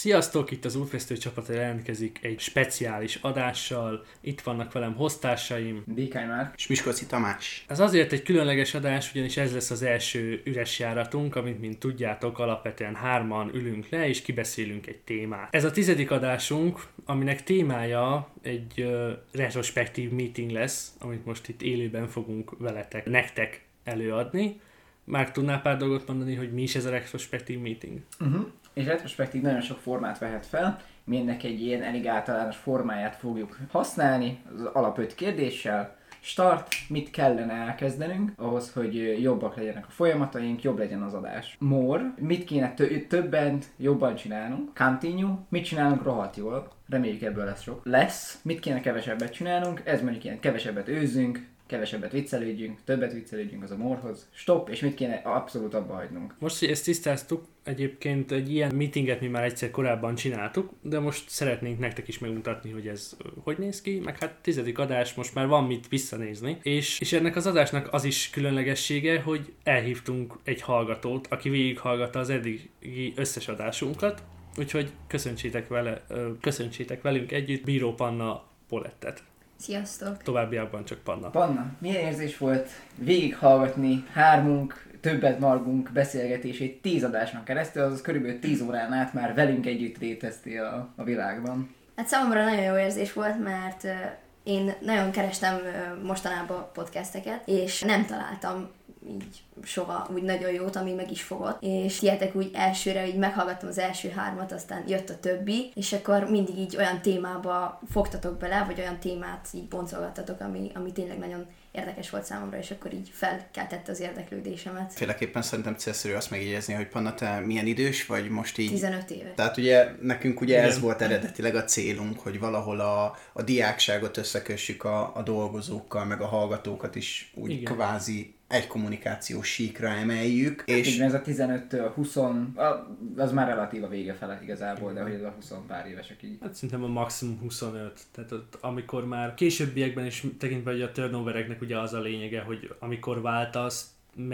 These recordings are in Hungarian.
Sziasztok, itt az Útvesztő csapata jelentkezik egy speciális adással. Itt vannak velem hoztársaim. Dékány Márk és Miskolci Tamás. Ez azért egy különleges adás, ugyanis ez lesz az első üres járatunk, amit mint tudjátok, alapvetően 3-an ülünk le és kibeszélünk egy témát. Ez a 10. adásunk, aminek témája egy retrospektív meeting lesz, amit most itt élőben fogunk nektek előadni. Márk, tudnál pár dolgot mondani, hogy mi is ez a retrospektív meeting? És retrospektív nagyon sok formát vehet fel, mi ennek egy ilyen elég általános formáját fogjuk használni, az alap 5 kérdéssel. Start, mit kellene elkezdenünk ahhoz, hogy jobbak legyenek a folyamataink, jobb legyen az adás. More, mit kéne többen, jobban csinálnunk. Continue, mit csinálunk rohadt jól, reméljük ebből lesz sok. Less, mit kéne kevesebbet csinálnunk, ez mondjuk ilyen kevesebbet őzzünk, kevesebbet viccelődjünk, többet viccelődjünk az a more-hoz. Stop, és mit kéne abszolút abba hagynunk. Most, hogy ezt tisztáztuk, egyébként egy ilyen meetinget mi már egyszer korábban csináltuk, de most szeretnénk nektek is megmutatni, hogy ez hogy néz ki, meg hát 10. adás, most már van mit visszanézni, és ennek az adásnak az is különlegessége, hogy elhívtunk egy hallgatót, aki végighallgatta az eddigi összes adásunkat, úgyhogy köszöntsétek velünk együtt Bíró Panna Polettet. Sziasztok! Továbbiakban csak Panna. Panna, milyen érzés volt végighallgatni hármunk, többet magunk beszélgetését 10 adáson keresztül, azaz körülbelül 10 órán át már velünk együtt léteztél a világban? Hát számomra nagyon jó érzés volt, mert én nagyon kerestem mostanában podcasteket, és nem találtam így soha úgy nagyon jót, ami meg is fogott. És tietek úgy elsőre, így meghallgattam az első 3-at, aztán jött a többi, és akkor mindig így olyan témába fogtatok bele, vagy olyan témát így boncolgattatok, ami tényleg nagyon érdekes volt számomra, és akkor így felkeltette az érdeklődésemet. Féleképpen szerintem célszerű azt megjegyezni, hogy Panna, te milyen idős vagy most így? 15 éve. Tehát ugye nekünk ugye ez volt eredetileg a célunk, hogy valahol a diákságot összekössük a dolgozókkal, meg a hallgatókat is úgy kvázi egy kommunikációs síkra emeljük. És ez a 15-től 20, az már relatív a vége felett igazából, de hogy ez a 20 pár évesek így. Hát szerintem a maximum 25. Tehát ott, amikor már későbbiekben is tekintve, hogy a turnovereknek ugye az a lényege, hogy amikor váltasz,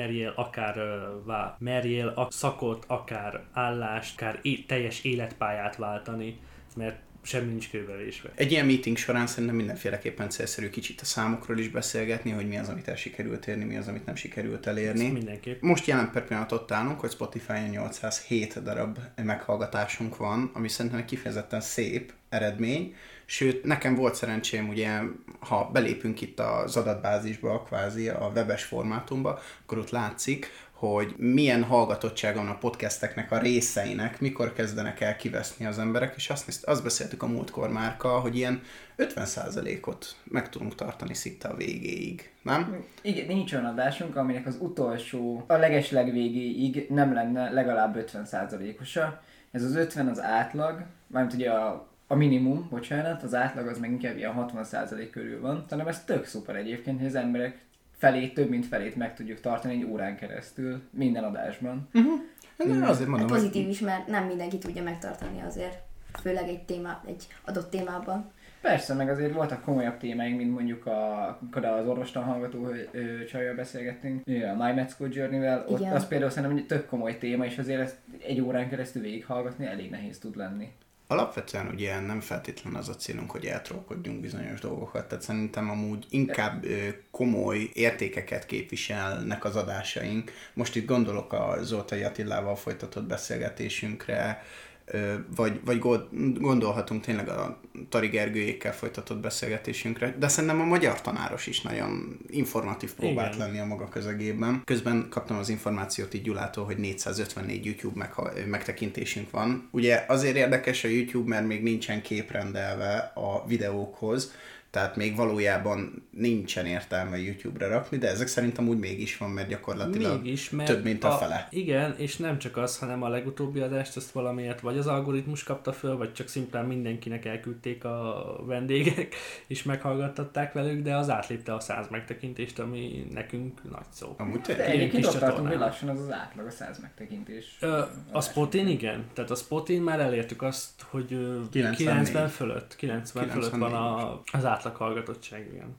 merjél a szakot, akár állást, akár teljes életpályát váltani, mert semmi nincs kőbevésve. Egy ilyen meeting során szerintem mindenféleképpen célszerű kicsit a számokról is beszélgetni, hogy mi az, amit el sikerült érni, mi az, amit nem sikerült elérni. Ez mindenképp. Most jelen per pillanat ott állunk, hogy Spotify-on 807 darab meghallgatásunk van, ami szerintem egy kifejezetten szép eredmény. Sőt, nekem volt szerencsém, ugye, ha belépünk itt az adatbázisba, kvázi a webes formátumba, akkor ott látszik, hogy milyen hallgatottsága van a podcasteknek, a részeinek, mikor kezdenek el kiveszni az emberek, és azt beszéltük a múltkor Márkkal, hogy ilyen 50%-ot meg tudunk tartani szinte a végéig, nem? Igen, nincs olyan adásunk, aminek az utolsó, a legesleg végéig nem lenne legalább 50%-osa. Ez az 50 az átlag, mármint ugye a minimum, bocsánat, az átlag az meg inkább ilyen 60% körül van. Szerintem ez tök szuper egyébként, hogy az emberek több mint felét meg tudjuk tartani egy órán keresztül, minden adásban. Azért mondom, pozitív is, mert nem mindenki tudja megtartani azért, főleg egy adott témában. Persze, meg azért voltak komolyabb témáink, mint mondjuk amikor az orvostan hallgató csajjal beszélgettünk, a My Med School Journey-vel, ott az például szerintem egy tök komoly téma, és azért ezt egy órán keresztül végighallgatni elég nehéz tud lenni. Alapvetően ugye nem feltétlen az a célunk, hogy eltrollkodjunk bizonyos dolgokat, tehát szerintem amúgy inkább komoly értékeket képviselnek az adásaink. Most itt gondolok a Zoltai Attilával folytatott beszélgetésünkre, vagy gondolhatunk tényleg a Tari Gergőjékkel folytatott beszélgetésünkre, de szerintem a magyar tanáros is nagyon informatív próbált lenni a maga közegében. Közben kaptam az információt így Gyulától, hogy 454 YouTube megtekintésünk van. Ugye azért érdekes a YouTube, mert még nincsen képrendelve a videókhoz, tehát még valójában nincsen értelme YouTube-ra rakni, de ezek szerintem úgy mégis van, mert gyakorlatilag több, mint a fele. Igen, és nem csak az, hanem a legutóbbi adást azt valamiért vagy az algoritmus kapta föl, vagy csak szimplán mindenkinek elküldték a vendégek, és meghallgattatták velük, de az átlépte a 100 megtekintést, ami nekünk nagy szó. De egyébként ott tartunk, hogy lassan az átlag a 100 megtekintés. A Spotin igen, tehát a Spotin már elértük azt, hogy 90 fölött van az átlag hallgatottság, igen.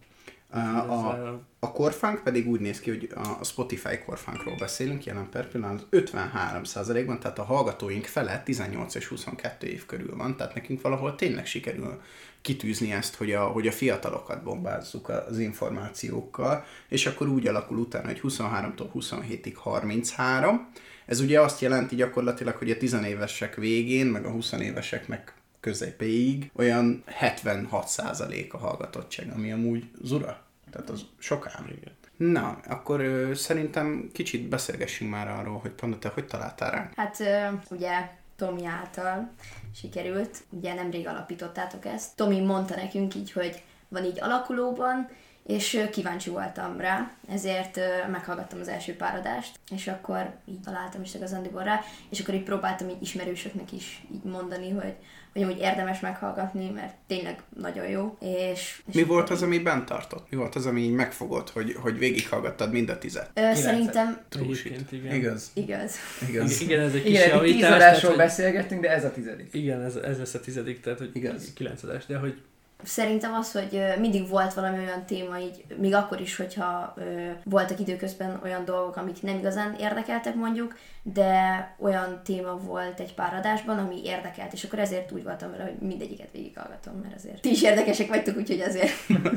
A korfánk pedig úgy néz ki, hogy a Spotify korfánkról beszélünk, jelen per pillanat 53%-ban, tehát a hallgatóink fele 18 és 22 év körül van, tehát nekünk valahol tényleg sikerül kitűzni ezt, hogy a fiatalokat bombázzuk az információkkal, és akkor úgy alakul utána, hogy 23-tól 27-ig 33. Ez ugye azt jelenti gyakorlatilag, hogy a 10 évesek végén, meg a 20 éveseknek közepéig olyan 76% a hallgatottság, ami amúgy zura. Tehát az sok ám. Na, akkor szerintem kicsit beszélgessünk már arról, hogy Panda, te hogy találtál rá? Hát ugye Tomi által sikerült, ugye nemrég alapítottátok ezt. Tomi mondta nekünk így, hogy van így alakulóban, és kíváncsi voltam rá, ezért meghallgattam az első pár adást, és akkor így találtam is igazándiból rá, és akkor így próbáltam így ismerősöknek is így mondani, hogy úgy érdemes meghallgatni, mert tényleg nagyon jó. És mi volt az, ami bent tartott? Mi volt az, ami így megfogott, hogy végighallgattad mind a 10? Szerintem... Igen. Igaz. Igen, ez egy kis igen, javítás. 10 adásról beszélgettünk, de ez a 10. Igen, ez lesz a 10, tehát hogy igaz. 9 adás, de hogy Szerintem az, hogy mindig volt valami olyan téma így, még akkor is, hogyha voltak időközben olyan dolgok, amik nem igazán érdekeltek mondjuk, de olyan téma volt egy pár adásban, ami érdekelt, és akkor ezért úgy voltam vele, hogy mindegyiket végighallgatom, mert azért ti is érdekesek vagytok, úgyhogy azért...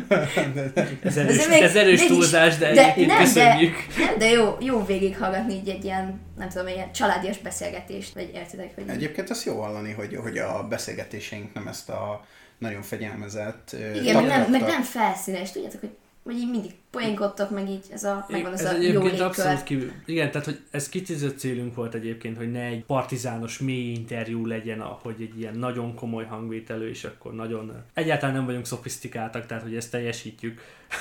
ez erős túlzás, de egyébként köszönjük. De jó végighallgatni így egy ilyen, nem tudom, egy ilyen családias beszélgetést, vagy értitek, hogy... Egyébként az jó hallani, hogy a beszélgetéseink nem ezt a nagyon fegyelmezett... Igen, meg nem felszínes, tudjátok, hogy így mindig poénkodtok, meg így megvan az a jó légkör. Igen, tehát hogy ez kitűzött célunk volt egyébként, hogy ne egy partizános mély interjú legyen, hogy egy ilyen nagyon komoly hangvételű, és akkor nagyon... Egyáltalán nem vagyunk szofisztikáltak, tehát hogy ezt teljesítjük.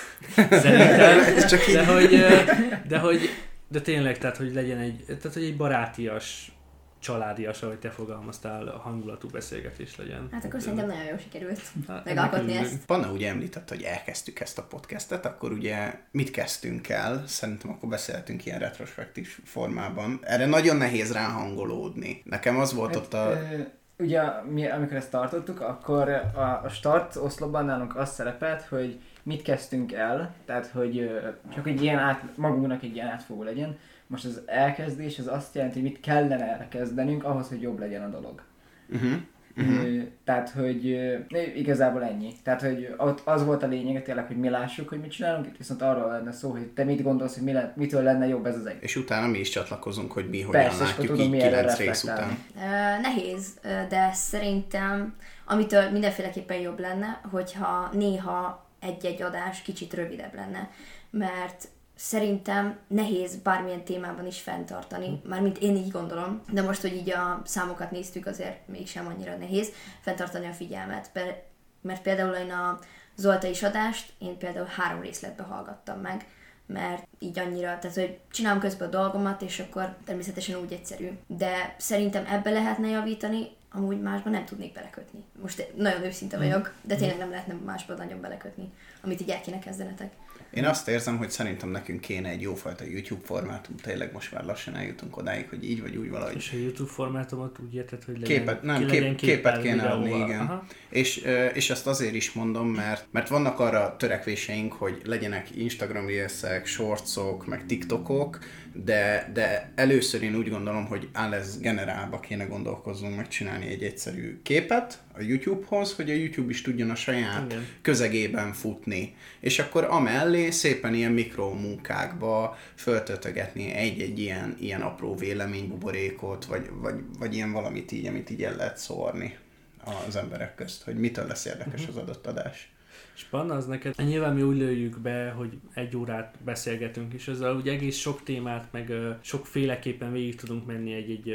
Szerintem. De tényleg, tehát hogy legyen egy barátias, családias, ahogy te fogalmaztál, a hangulatú beszélgetés legyen. Hát akkor szerintem nagyon jól sikerült megalkotni ezt. Panna ugye említett, hogy elkezdtük ezt a podcastet, akkor ugye mit kezdtünk el? Szerintem akkor beszéltünk ilyen retrospektív formában. Erre nagyon nehéz ráhangolódni. Nekem az volt ott a... Ugye, amikor ezt tartottuk, akkor a start oszlopban nálunk az szerepelt, hogy mit kezdtünk el, tehát hogy csak egy ilyen magunknak egy ilyen átfogó legyen. Most az elkezdés az azt jelenti, hogy mit kellene elkezdenünk ahhoz, hogy jobb legyen a dolog. Tehát, hogy igazából ennyi. Tehát, hogy az volt a lényeg tényleg, hogy mi lássuk, hogy mit csinálunk, itt viszont arról lenne szó, hogy te mit gondolsz, hogy mitől lenne jobb ez az egész. És utána mi is csatlakozunk, hogy mi hogyan látjuk így 9 rész után. Nehéz, de szerintem amitől mindenféleképpen jobb lenne, hogyha néha egy-egy adás kicsit rövidebb lenne, mert szerintem nehéz bármilyen témában is fenntartani, mármint én így gondolom, de most, hogy így a számokat néztük, azért mégsem annyira nehéz fenntartani a figyelmet, mert például én a Zoltai adást, én például 3 részletbe hallgattam meg, mert így annyira, tehát hogy csinálom közben a dolgomat, és akkor természetesen úgy egyszerű. De szerintem ebbe lehetne javítani, amúgy másban nem tudnék belekötni. Most nagyon őszinte vagyok, de tényleg nem lehetne másban nagyon belekötni, amit így el kéne kezdenetek. Én azt érzem, hogy szerintem nekünk kéne egy jófajta YouTube formátum, tényleg most már lassan eljutunk odáig, hogy így vagy úgy valahogy. És a YouTube formátumot úgy érted, hogy képet kéne adni, igen. És ezt azért is mondom, mert vannak arra törekvéseink, hogy legyenek Instagram Reelsek, Shortsok, meg TikTokok, de először én úgy gondolom, hogy ez generálba kéne gondolkoznunk, megcsinálni egy egyszerű képet a YouTube-hoz, hogy a YouTube is tudjon a saját közegében futni. És akkor amellé szépen ilyen mikromunkákba föltöltögetni egy-egy ilyen apró véleménybuborékot, vagy ilyen valamit így, amit így el lehet szórni az emberek közt, hogy mitől lesz érdekes az adott adás. És Panna, az neked, nyilván mi úgy lőjük be, hogy 1 órát beszélgetünk, és ezzel ugye egész sok témát, meg sokféleképpen végig tudunk menni egy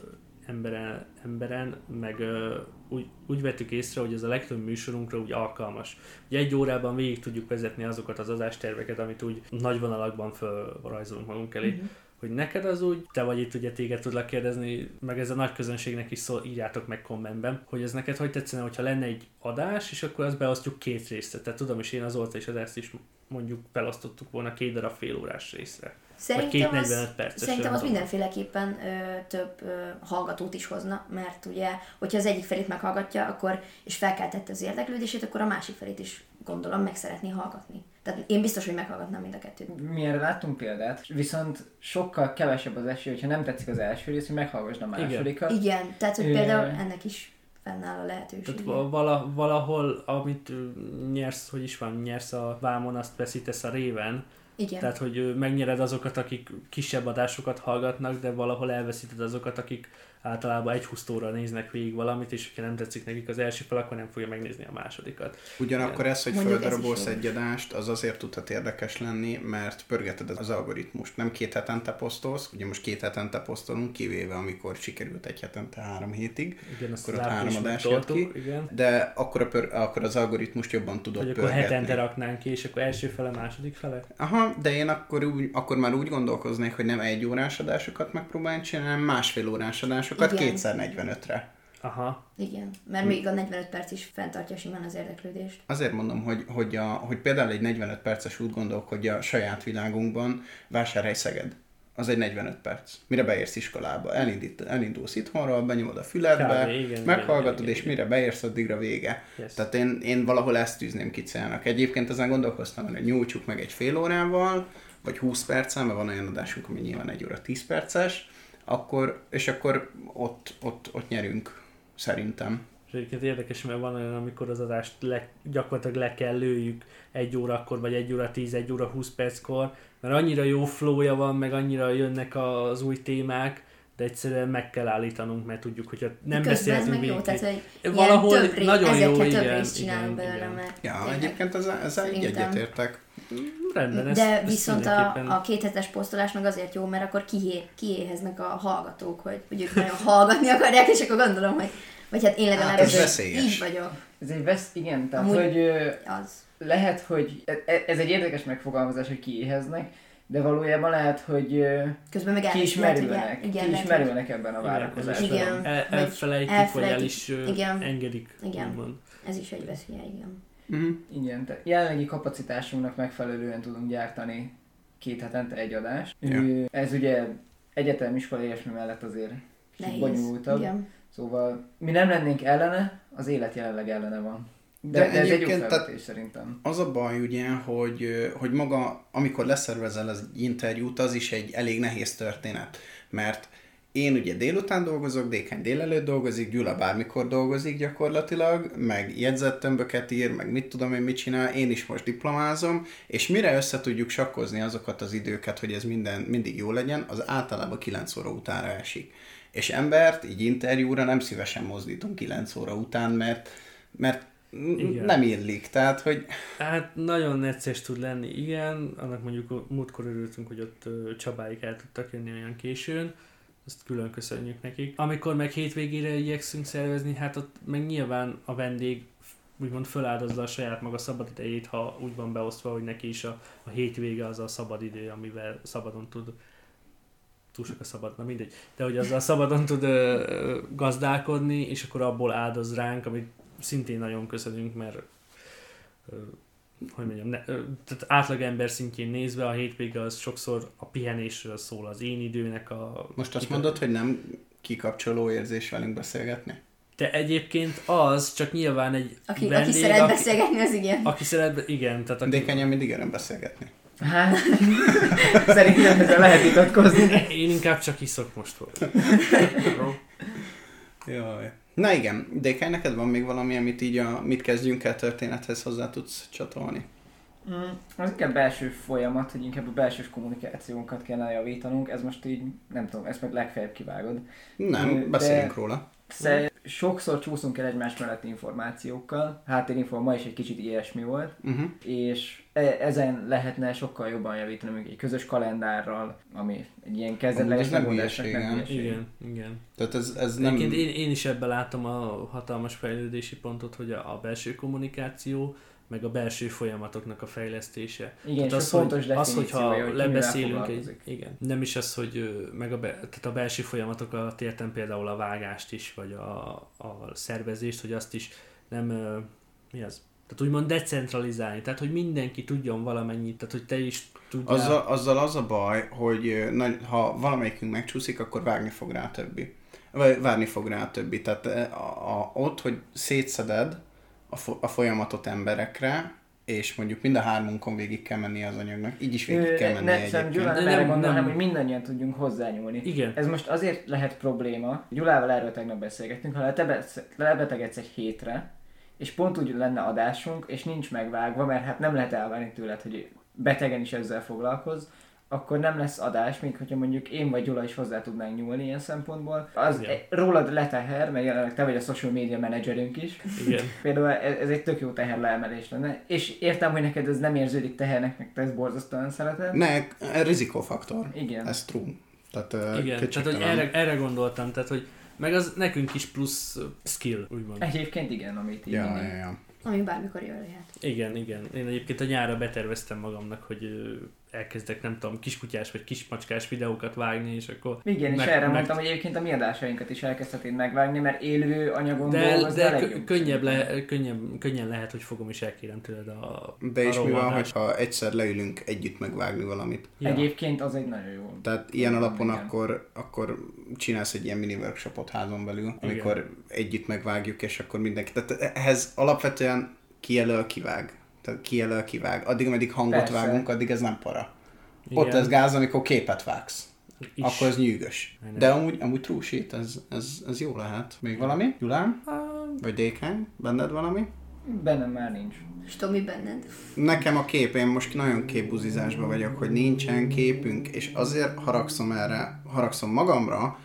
emberen, meg úgy vettük észre, hogy ez a legtöbb műsorunkra úgy alkalmas. Ugye 1 órában végig tudjuk vezetni azokat az adásterveket, amit úgy nagy vonalakban felrajzolunk magunk elé. Hogy neked az úgy, te vagy itt ugye téged tudlak kérdezni, meg ez a nagy közönségnek is írjátok meg kommentben, hogy ez neked hogy tetszene, hogyha lenne egy adás, és akkor azt beosztjuk 2 részre. Tehát tudom, és én azóta is adást is mondjuk felosztottuk volna 2 darab félórás részre. Szerintem az mindenféleképpen több hallgatót is hozna, mert ugye, hogyha az egyik felét meghallgatja, akkor, és felkeltette az érdeklődését, akkor a másik felét is gondolom meg szeretné hallgatni. Tehát én biztos, hogy meghallgatnám mind a kettőt. Mi erre láttunk példát, viszont sokkal kevesebb az esély, hogyha nem tetszik az első rész, hogy meghallgassd a másodikat. Igen, tehát hogy például ennek is fennáll a lehetőség. Tehát valahol, amit nyersz a vámon, azt veszítesz a réven. Igen. Tehát, hogy megnyered azokat, akik kisebb adásokat hallgatnak, de valahol elveszíted azokat, akik általában egy husztóra néznek végig valamit, és ha nem tetszik nekik az első fel, akkor nem fogja megnézni a másodikat. Ugyanakkor ez, hogy Mondjuk földarabolsz egy adást, az azért tudhat érdekes lenni, mert pörgeted az algoritmust. Nem 2 hetente posztolsz, ugye most 2 hetente posztolunk, kivéve amikor sikerült egy hetente 3 hétig, Igen, akkor ott 3 adás jött ki, igen. de akkor az algoritmust jobban tudod hogy pörgetni. akkor hetente raknánk ki, és akkor első fele, második fele? Aha, de én akkor már úgy gondolkoznék, hogy nem 1 órás adásokat megpróbálni csinálni, hanem másfél órás adásokat 2x45-re. Aha. Igen, mert még a 45 perc is fenntartja simán az érdeklődést. Azért mondom, hogy például egy 45 perces úgy gondolkodja a saját világunkban, Vásárhely Szeged. Az egy 45 perc. Mire beérsz iskolába? Elindulsz itthonról, benyomod a füledbe, meghallgatod, és mire beérsz, addigra vége. Yes. Tehát én valahol ezt tűzném ki célnak. Egyébként ezen gondolkoztam, hogy nyújtsuk meg egy fél órával, vagy 20 perccel, mert van olyan adásunk, ami nyilván 1 óra 10 perces, akkor ott nyerünk, szerintem. És egyébként érdekes, mert van olyan, amikor az adást gyakorlatilag le kell lőjük 1 órakor, vagy 1 óra 10, 1 óra 20 perckor, mert annyira jó flowja van, meg annyira jönnek az új témák, de egyszerűen meg kell állítanunk, mert tudjuk, hogyha nem beszélhetünk végig. Tehát, hogy valahol nagyon jó, több igen. részt csinálunk belőle, mert ja, egyébként ezzel így egyetértek. Rendben, de viszont a 2 hetes posztolás meg azért jó, mert akkor kiéheznek a hallgatók, hogy ők nagyon hallgatni akarják, és akkor gondolom, hogy vagy hát én legalábbis így vagyok. Ez egy igen, tehát hogy lehet, hogy ez egy érdekes megfogalmazás, hogy kiéheznek, de valójában lehet, hogy közben meg ki is merülnek ebben a várakozásban. Igen. Elfelejtik, vagy el is engedik. Igen, ez is egy veszélye, igen. Igen, tehát jelenlegi kapacitásunknak megfelelően tudunk gyártani 2 hetente egy adást. Ez ugye egyetemiskola ilyesmi mellett azért bonyolultabb. Igen. Szóval mi nem lennénk ellene, az élet jelenleg ellene van. De ez egy jó felvetés szerintem. Az a baj ugye, hogy maga, amikor leszervezel az interjút, az is egy elég nehéz történet. Mert én ugye délután dolgozok, Dékány délelőtt dolgozik, Gyula bármikor dolgozik gyakorlatilag, meg jegyzettömböket ír, meg mit tudom én mit csinál, én is most diplomázom, és mire össze tudjuk sakkozni azokat az időket, hogy ez mindig jó legyen, az általában 9 óra utánra esik. És embert így interjúra nem szívesen mozdítunk 9 óra után, mert nem illik, tehát hogy... Hát nagyon necces tud lenni, igen, annak mondjuk múltkor örültünk, hogy ott Csabáik el tudtak jönni olyan későn, azt külön köszönjük nekik. Amikor meg hétvégére igyekszünk szervezni, hát ott meg nyilván a vendég úgymond föláldozza a saját maga szabadidejét, ha úgy van beosztva, hogy neki is a hétvége az a szabadidő, amivel szabadon tud, túl sok a szabad, na mindegy, de hogy azzal szabadon tud gazdálkodni, és akkor abból áldoz ránk, amit szintén nagyon köszönünk, mert hogy mondjam, tehát átlagember szintjén nézve a hétvége az sokszor a pihenésről szól, az én időnek a... Most azt mondod, hogy nem kikapcsoló érzés velünk beszélgetni? De egyébként az, csak nyilván egy vendég... Aki szeret beszélgetni, az igen. Aki szeret, igen. Tehát Dékányan mindig öröm beszélgetni. Hát, szerintem ezzel lehet vitatkozni. Én inkább csak iszok most volt. Jaj. Na igen, Dékány, neked van még valami, amit így mit kezdjünk el történethez hozzá tudsz csatolni? Az inkább belső folyamat, hogy inkább a belsős kommunikációnkat kellene javítanunk, ez most így, nem tudom, ezt meg legfeljebb kivágod. Nem, beszéljünk róla. Sokszor csúszunk el egymás mellett információkkal, háttérinfo ma is egy kicsit ilyesmi volt, és ezen lehetne sokkal jobban javítani, mondjuk egy közös kalendárral, ami egy ilyen kezdetleges megoldásnak nem hülyeség. Igen. Tehát ez nem... Én is ebben látom a hatalmas fejlődési pontot, hogy a belső kommunikáció, meg a belső folyamatoknak a fejlesztése. Igen, tehát és fontos definíciója, hogy lebeszélünk igen. Nem is az, hogy tehát a belső folyamatok alatt értem például a vágást is, vagy a szervezést, hogy azt is nem, mi az? Tehát úgymond decentralizálni, tehát hogy mindenki tudjon valamennyit, tehát hogy te is tudjál. Azzal az a baj, hogy ha valamelyikünk megcsúszik, akkor várni fog rá a többi. Tehát ott, hogy szétszeded a folyamatot emberekre, és mondjuk mind a hármunkon végig kell menni az anyagnak, így is végig kell menni egyébként. Gyula nem erre gondol, hanem hogy mindannyian tudjunk hozzányúlni. Igen. Ez most azért lehet probléma, Gyulával erről tegnap beszélgettünk, ha lebetegedsz egy hétre, és pont úgy lenne adásunk, és nincs megvágva, mert hát nem lehet elvárni tőled, hogy betegen is ezzel foglalkozz, akkor nem lesz adás, még hogyha mondjuk én vagy Gyula is hozzá tudnánk nyúlni ilyen szempontból. Az rólad leteher, mert jelenleg te vagy a social media menedzserünk is. Igen. Például ez egy tök jó teher leemelés lenne. És értem, hogy neked ez nem érződik tehernek, meg te ezt borzasztóan szereted. Ne, rizikófaktor. Igen. Ez true. Igen, tehát hogy erre gondoltam, tehát hogy meg az nekünk is plusz skill, úgymond. Egyébként igen, amit így Ja. Ami bármikor jön lehet. Igen. Én egyébként a nyárra beterveztem magamnak, hogy elkezdek, nem tudom, kiskutyás vagy kismacskás videókat vágni, és akkor... Igen, és erre mondtam, hogy egyébként a mi adásainkat is elkezdheted megvágni, mert élő anyagon dolgozni a legjobb. Könnyen lehet, hogy fogom is elkérem tőled a De és mi van, rovadást. hogyha egyszer leülünk együtt megvágni valamit? Ja. Egyébként az egy nagyon jó. Tehát ilyen alapon igen. akkor csinálsz egy ilyen mini workshopot házon belül, amikor együtt megvágjuk, és akkor mindenki... Tehát ehhez alapvetően kijelöl, kivág. Tehát kijelöl, kivág. Addig, ameddig hangot Persze. vágunk, addig ez nem para. Igen. Ott lesz gáz, amikor képet vágsz. Is. Akkor ez nyűgös. De amúgy true shit, ez jó lehet. Még valami? Gyulám? Vagy Dékány? Benned valami? Bennem már nincs. És Tomi benned? Nekem a kép, én most nagyon képbuzizásban vagyok, hogy nincsen képünk, és azért haragszom magamra,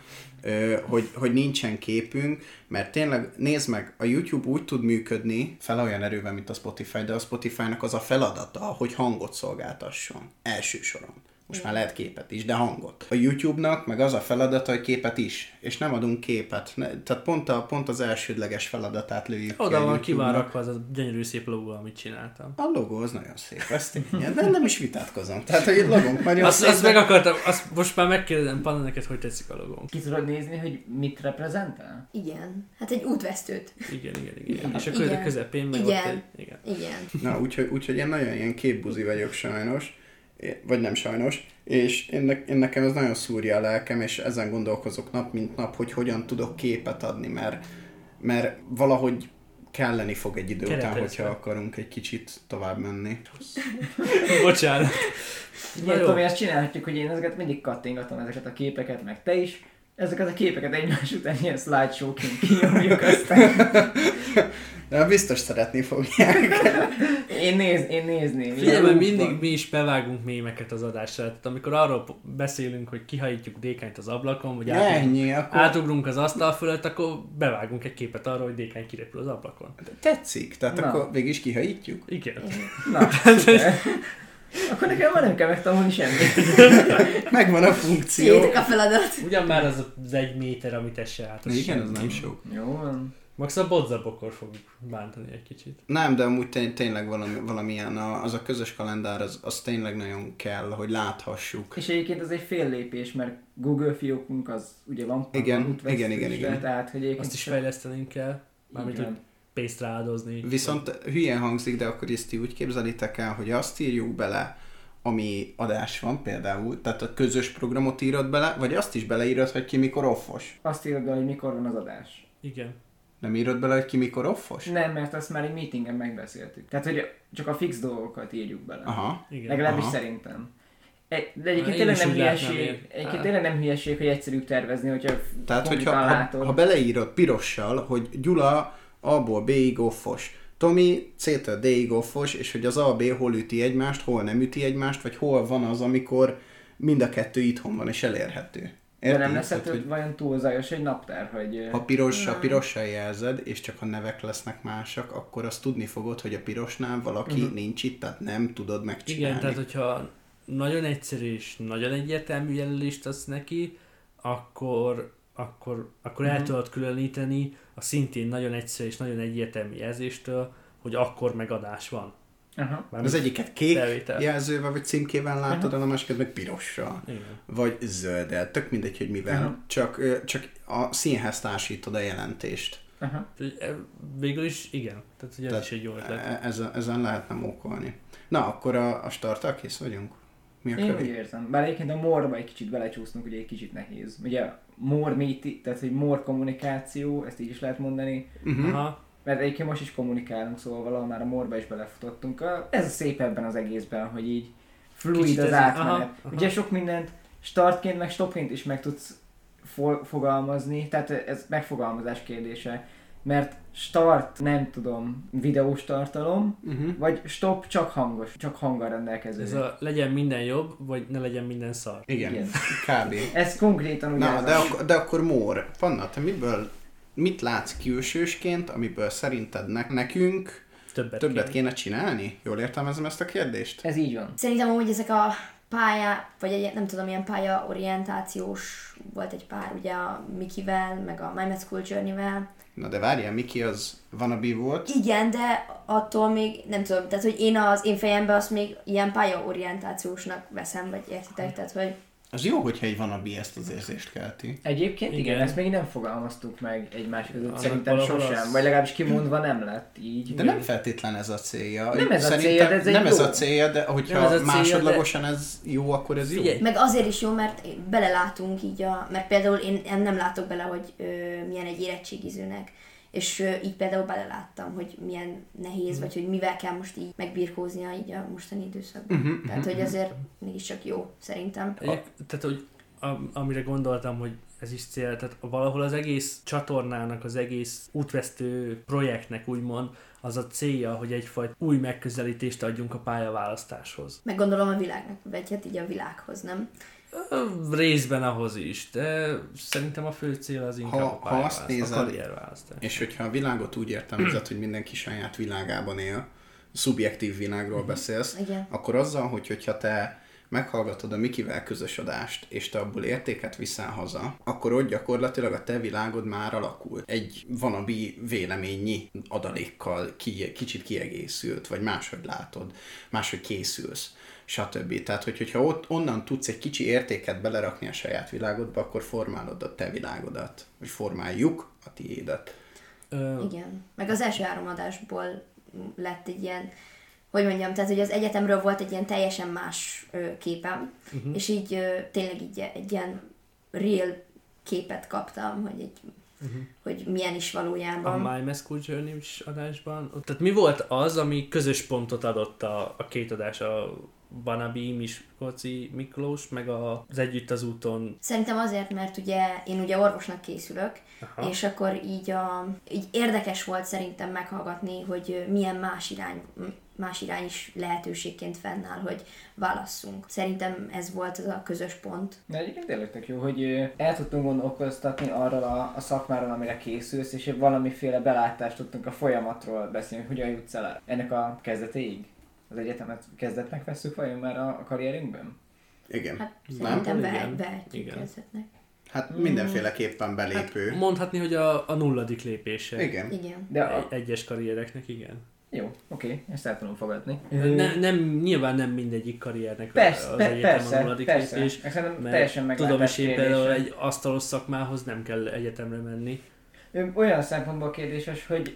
hogy nincsen képünk, mert tényleg, nézd meg, a YouTube úgy tud működni, fele olyan erővel, mint a Spotify, de a Spotify-nak az a feladata, hogy hangot szolgáltasson. Első soron. Most már lehet képet is, de hangot. A YouTube-nak meg az a feladata, hogy képet is, és nem adunk képet. Tehát pont az elsődleges feladatát lőjük ki. Oda van YouTube-nak. kivárakva az a gyönyörű szép logó, amit csináltam. A logó az nagyon szép, ezt én nem is vitatkozom. Tehát, hogy egy logónk nagyon szép. Azt meg akartam, most már megkérdezem, Panna, neked hogy tetszik a logónk? Ki tudod nézni, hogy mit reprezentál? Igen. Hát egy útvesztőt. Igen. És a Igen. közepén meg Igen. ott egy... Igen. Igen. Na, úgyhogy én nagyon ilyen képbuzi vagyok sajnos, vagy nem sajnos, és én nekem ez nagyon szúrja a lelkem, és ezen gondolkozok nap mint nap, hogy hogyan tudok képet adni, mert valahogy kelleni fog egy idő után, Keretezve. hogyha akarunk egy kicsit tovább menni. Bocsánat. Igen, Tomi, ezt csinálhatjuk, hogy én ezeket mindig kattingatom, ezeket a képeket, meg te is. Ezeket a képeket egymás után ilyen slideshow-ként kinyomjuk aztán. De biztos szeretni fogják. Én nézném. Figyelj, mert mindig mi is bevágunk mémeket az adásra. Tehát amikor arról beszélünk, hogy kihajítjuk Dékányt az ablakon, vagy Ennyi, akkor átugrunk az asztal fölött, akkor bevágunk egy képet arról, hogy Dékány kirepül az ablakon. tetszik. Tehát Na. akkor végig is kihajítjuk. Igen. Na, szuper. Akkor nekem már nem kell megtanulni semmit. Megvan a funkció. Tiétek a feladat. Ugyan már az 1 méter, amit esse át. Igen, az nem sok. Jó van. Max a bodzabokor fogjuk bántani egy kicsit. Nem, de amúgy tényleg valamilyen, az a közös kalendár, az tényleg nagyon kell, hogy láthassuk. És egyébként az egy fél lépés, mert Google fiókunk az ugye van. Igen, van útvesztős, igen. Tehát, hogy egyébként Azt is fejlesztenünk kell, mármint hogy pénzt rááldozni. Viszont hülyen hangzik, de akkor ezt úgy képzelitek el, hogy azt írjuk bele, ami adás van például, tehát a közös programot írod bele, vagy azt is beleírod, hogy ki mikor offos. Azt írod bele, hogy mikor van az adás. Igen. Nem írod bele, hogy ki mikor offos? Nem, mert azt már egy meetingen megbeszéltük. Tehát, hogy csak a fix dolgokat írjuk bele. Aha. Igen. Legalábbis Aha. szerintem. De egyébként Én tényleg is nem úgy látnám hülyeség, én. egyébként tényleg nem hülyeség, hogy egyszerűbb tervezni, hogyha Tehát, hogyha konkrétan látod. ha beleírod pirossal, hogy Gyula A-ból B-ig offos, Tomi C-től D-ig offos, és hogy az A-B hol üti egymást, hol nem üti egymást, vagy hol van az, amikor mind a kettő itthon van és elérhető. De nem lesz Tehát, hogy vajon túl zajos egy naptár, hogy... ha pirossal jelzed, és csak a nevek lesznek másak, akkor azt tudni fogod, hogy a pirosnál valaki nincs itt, tehát nem tudod megcsinálni. Igen, tehát hogyha nagyon egyszerű és nagyon egyértelmű jelölést adsz neki, akkor el tudod különíteni a szintén nagyon egyszerű és nagyon egyértelmű jelzéstől, hogy akkor megadás van. Aha. Az egyiket kék felvétel. jelzővel vagy címkével látod, a másikat meg pirossal. Igen. Vagy zölddel. Tök mindegy, hogy mivel. Csak a színhez társítod a jelentést. Aha. Végül is igen. Tehát ugye ez Tehát is egy jó ötlet. Ezen lehetne mókolni. Na, akkor a starttal kész vagyunk? Mi a Én úgy kövi? érzem. Bár egyébként a more-ba egy kicsit belecsúsztunk, ugye egy kicsit nehéz. Ugye more meeting, tehát hogy more kommunikáció, ezt így is lehet mondani. Uh-huh. Aha. mert egyébként most is kommunikálunk, szóval valahol már a morba is belefutottunk. Ez a szép ebben az egészben, hogy így fluid Kicsit az ez átmenet. aha. Ugye sok mindent startként, meg stopként is meg tudsz fogalmazni, tehát ez megfogalmazás kérdése. Mert start, nem tudom, videós tartalom, vagy stop csak hangos, csak hanggal rendelkező. Ez a legyen minden jobb, vagy ne legyen minden szar. Igen, kb. Ez konkrétan ugye... Na, de akkor Mór, Panna, te mit látsz külsősként, amiből szerinted nekünk többet kéne csinálni? Jól értelmezem ezt a kérdést? Ez így van. Szerintem amúgy ezek a nem tudom, ilyen pályaorientációs volt egy pár, ugye a Mikivel, meg a My Med School Journey-vel. Na de várjál, Miki az wannabe volt. Igen, de attól még nem tudom, tehát hogy én az én fejemben azt még ilyen pályaorientációsnak veszem, vagy értitek, tehát hogy... Az jó, hogyha egy wannabe ezt az érzést kelti. Egyébként igen, Igen. ezt még nem fogalmaztuk meg egymás között, Az szerintem valahol sosem, az- vagy legalábbis kimondva nem lett így. De nem feltétlen ez a célja. Nem ez a Szerintem célja, de ez egy nem ez jó. a célja, de hogyha Nem ez a célja, másodlagosan ez jó, akkor ez jó. Figyelj, Meg azért is jó, mert belelátunk így mert például én nem látok bele, hogy milyen egy érettségizőnek, és így például beleláttam, hogy milyen nehéz, vagy hogy mivel kell most így megbirkóznia így a mostani időszakban. Tehát, hogy azért mégiscsak jó, szerintem. Tehát, hogy amire gondoltam, hogy ez is cél, tehát valahol az egész csatornának, az egész útvesztő projektnek úgymond az a célja, hogy egyfajta új megközelítést adjunk a pályaválasztáshoz. Meg gondolom a világnak, vagy hát így a világhoz, nem? Részben ahhoz is, de szerintem a fő cél az inkább Ha azt nézed, a karrierválasztás. És hogyha a világot úgy értelmezed, hogy mindenki saját világában él, szubjektív világról beszélsz, Igen. akkor azzal, hogyha te meghallgatod a Mikivel közös adást, és te abból értéket viszel haza, akkor ott gyakorlatilag a te világod már alakul. Egy wannabe véleményi adalékkal kicsit kiegészült, vagy máshogy látod, máshogy készülsz, stb. Tehát, hogyha ott onnan tudsz egy kicsi értéket belerakni a saját világodba, akkor formálod a te világodat, vagy formáljuk a tiédet. Igen. Meg az első 3 adásból lett egy ilyen, hogy mondjam, tehát hogy az egyetemről volt egy ilyen teljesen más képem, és így tényleg így egy ilyen real képet kaptam, hogy hogy milyen is valójában. A My Med School Journey-s adásban. Tehát mi volt az, ami közös pontot adott a két adás, a Banabi, Miskolci Miklós, meg az Együtt az úton? Szerintem azért, mert én ugye orvosnak készülök, Aha. és akkor így érdekes volt szerintem meghallgatni, hogy milyen más irány is lehetőségként fennáll, hogy válasszunk. Szerintem ez volt az a közös pont. De egyébként tényleg tök jó, hogy el tudtunk gondolkoztatni arról a szakmáról, amire készülsz, és valamiféle belátást tudtunk a folyamatról beszélni, hogy hogyan jutsz el ennek a kezdetéig. Az egyetemet kezdetnek vesszük vajon már a karrierünkben? Igen. Hát Nem? szerintem Igen. vehetjük Igen. kezdetnek. Hát mindenféleképpen belépő. Mondhatni, hogy a nulladik lépése. Igen. Igen. De Egyes karriereknek, igen. jó, oké, ezt el tudom fogadni. Nyilván nem mindegyik karriernek Persze, az egyetem a nulladik persze. lépés, Szerintem mert teljesen tudom meglátás is én például kérdése. egy asztalos szakmához nem kell egyetemre menni. Olyan szempontból kérdéses, hogy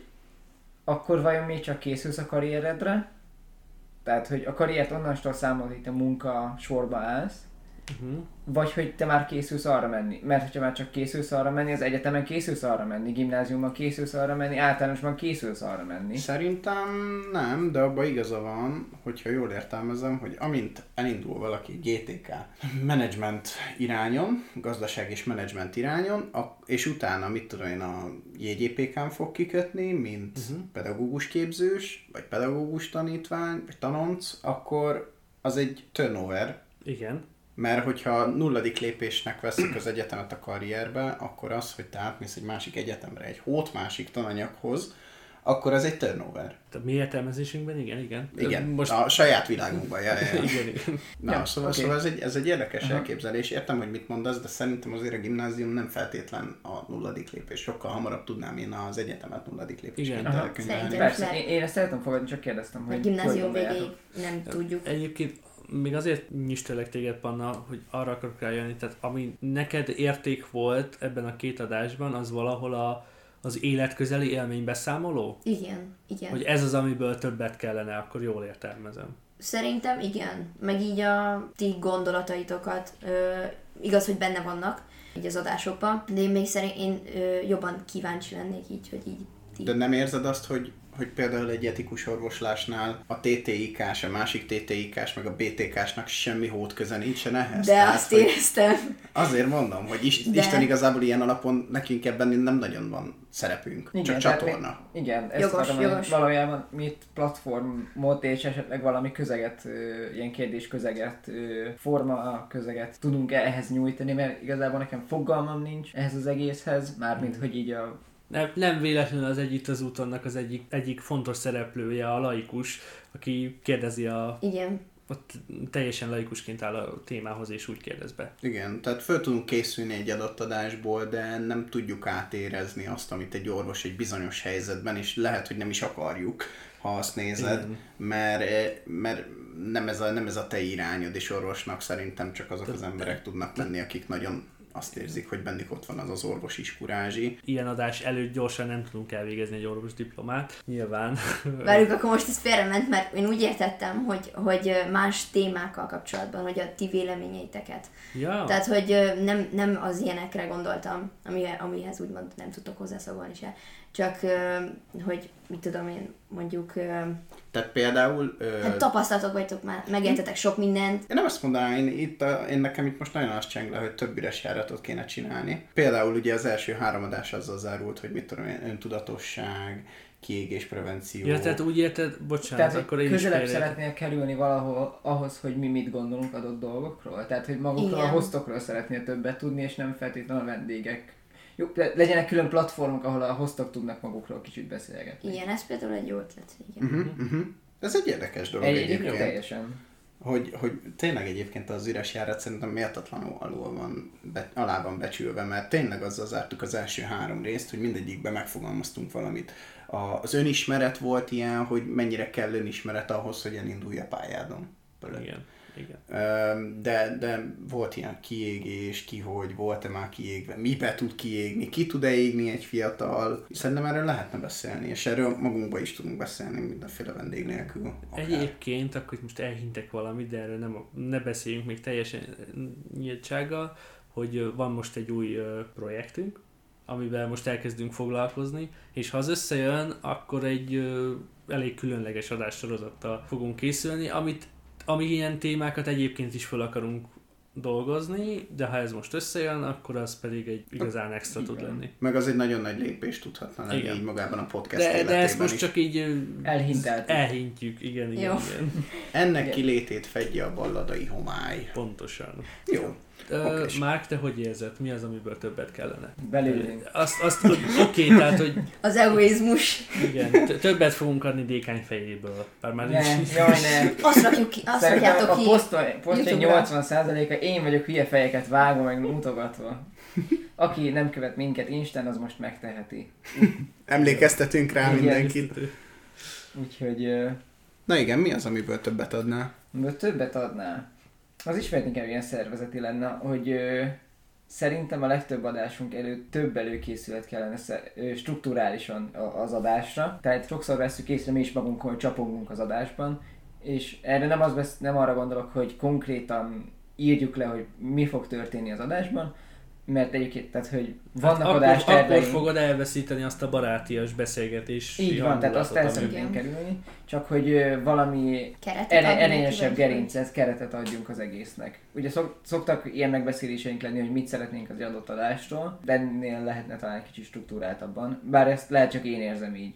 akkor vajon még csak készülsz a karrieredre? Tehát, hogy a karriert onnantól számolod, hogy te munka sorba állsz, vagy hogy te már készülsz arra menni. Mert hogyha már csak készülsz arra menni, az egyetemen készülsz arra menni, gimnáziumban készülsz arra menni, általánosban készülsz arra menni. Szerintem nem, de abban igaza van, hogyha jól értelmezem, hogy amint elindul valaki GTK menedzsment irányon, gazdaság és menedzsment irányon, és utána, mit tudom én, a JGPK-n fog kikötni, mint pedagógus képzős, vagy pedagógus tanítvány, vagy tanonc, akkor az egy turnover. Igen. Mert hogyha nulladik lépésnek veszik az egyetemet a karrierbe, akkor az, hogy te átmész egy másik egyetemre, egy másik tananyaghoz, akkor az egy turnover. A mi értelmezésünkben igen. Igen, Most... a saját világunkban. igen. Na, Ja, szóval ez egy érdekes Aha. elképzelés. Értem, hogy mit mondasz, de szerintem azért a gimnázium nem feltétlen a nulladik lépés. Sokkal hamarabb tudnám én az egyetemet nulladik lépésként Igen. elkönyvelni. Szerintem. Persze, én ezt el tudom fogadni, csak kérdeztem, A hogy gimnázium hogy végéig gondoljátok. nem tudjuk. Egyébként még azért nyistelek téged, Panna, hogy arra akarok rájönni, tehát ami neked érték volt ebben a két adásban, az valahol az életközeli élménybeszámoló? Igen. Hogy ez az, amiből többet kellene, akkor jól értelmezem. Szerintem igen. Meg így a ti gondolataitokat, igaz, hogy benne vannak így az adásokban, de én még jobban kíváncsi lennék így, hogy így De nem érzed azt, hogy például egy etikus orvoslásnál a TTIK-s, a másik TTIK-s, meg a BTK-snak semmi hódköze nincsen ehhez? De Tehát, azt éreztem. Azért mondom, hogy Isten igazából ilyen alapon nekünk ebben nem nagyon van szerepünk, csak csatorna. Igen, ezt jogos, akarom, jogos. Valójában mi itt platformot és esetleg valami közeget, ilyen kérdés közeget, forma közeget tudunk ehhez nyújtani, mert igazából nekem fogalmam nincs ehhez az egészhez, mármint hogy így a... Nem véletlenül az Együtt az útonnak az egyik fontos szereplője a laikus, aki kérdezi Igen. ott teljesen laikusként áll a témához, és úgy kérdez be. Igen, tehát föl tudunk készülni egy adott adásból, de nem tudjuk átérezni azt, amit egy orvos egy bizonyos helyzetben, és lehet, hogy nem is akarjuk, ha azt nézed, mert nem ez a te irányod, és orvosnak szerintem csak azok az emberek tudnak lenni, akik nagyon azt érzik, hogy bennük ott van az orvos kurázsi. Ilyen adás előtt gyorsan nem tudunk elvégezni egy orvos diplomát, nyilván. Várjuk, akkor most ez félrement, mert én úgy értettem, hogy más témákkal kapcsolatban, hogy a ti véleményeiteket. Ja. Tehát, hogy nem az ilyenekre gondoltam, amihez úgymond nem tudtok hozzászólni se. Csak, hogy mit tudom én, mondjuk... Tehát például... Hát tapasztalatok vagytok már, megéltetek sok mindent. Én nem azt mondanám, én nekem itt most nagyon azt cseng le, hogy több üres járatot kéne csinálni. Például ugye az első 3 adás azzal zárult, hogy mit tudom én, öntudatosság, kiégésprevenció. Ja, tehát úgy érted, bocsánat, Tehát, akkor én is közelebb szeretnél kerülni valahol ahhoz, hogy mi mit gondolunk adott dolgokról? Tehát, hogy magukról, a hostokról szeretnél többet tudni, és nem feltétlenül a vendégek. Jó, legyenek külön platformok, ahol a hostok tudnak magukról kicsit beszélgetni. Igen, ez például egy jó ötlet. Igen. Ez egy érdekes dolog egyébként. Teljesen. Hogy tényleg egyébként az üres járat szerintem méltatlanul alá van becsülve, mert tényleg azzal zártuk az első 3 részt, hogy mindegyikben megfogalmaztunk valamit. Az önismeret volt ilyen, hogy mennyire kell önismeret ahhoz, hogy elindulj a pályádon. Igen. De volt ilyen kiégés, volt-e már kiégve, mibe tud kiégni, ki tud-e égni egy fiatal. Szerintem erről lehetne beszélni, és erről magunkba is tudunk beszélni mindenféle vendég nélkül. Akár. Egyébként, akkor most elhintek valamit, de erről ne beszéljünk még teljesen nyíltsággal, hogy van most egy új projektünk, amivel most elkezdünk foglalkozni, és ha az összejön, akkor egy elég különleges adássorozattal fogunk készülni, ami ilyen témákat egyébként is fel akarunk dolgozni, de ha ez most összejön, akkor az pedig egy igazán extra tud lenni. Meg az egy nagyon nagy lépés tudhatna lenni így magában a podcast életében de ezt most is. csak így elhintjük. Igen. Ennek kilétét fedje a balladai homály. Pontosan. Jó. Márk, te hogy érzed? Mi az, amiből többet kellene? Belőlünk. Oké, tehát, hogy... Az egoizmus. Igen, többet fogunk adni Dékány fejéből. Bár már ne. Azt rakjuk ki, azt rakjátok ki. A posztjaink 80%-a én vagyok hülye fejeket vágva, meg mutogatva. Aki nem követ minket Instán, az most megteheti. Emlékeztetünk rá mindenkit. Úgyhogy... Na igen, mi az, amiből többet adnál? Amiből többet adnál? Az ismét inkább ilyen szervezeti lenne, hogy szerintem a legtöbb adásunk előtt több előkészület kellene strukturálisan az adásra. Tehát sokszor vesszük észre mi is magunkon, hogy csapongunk az adásban, és erre nem arra gondolok, hogy konkrétan írjuk le, hogy mi fog történni az adásban, mert egyébként, tehát, hogy vannak adásterveink. Akkor fogod elveszíteni azt a barátias beszélgetés. Így van, tehát azt el szeretnénk kerülni, csak hogy valami erényesebb gerincet, keretet adjunk az egésznek. Ugye szoktak ilyen megbeszéléseink lenni, hogy mit szeretnénk az adott adástól, de ennél lehetne talán kicsit struktúráltabban. Bár ezt lehet csak én érzem így.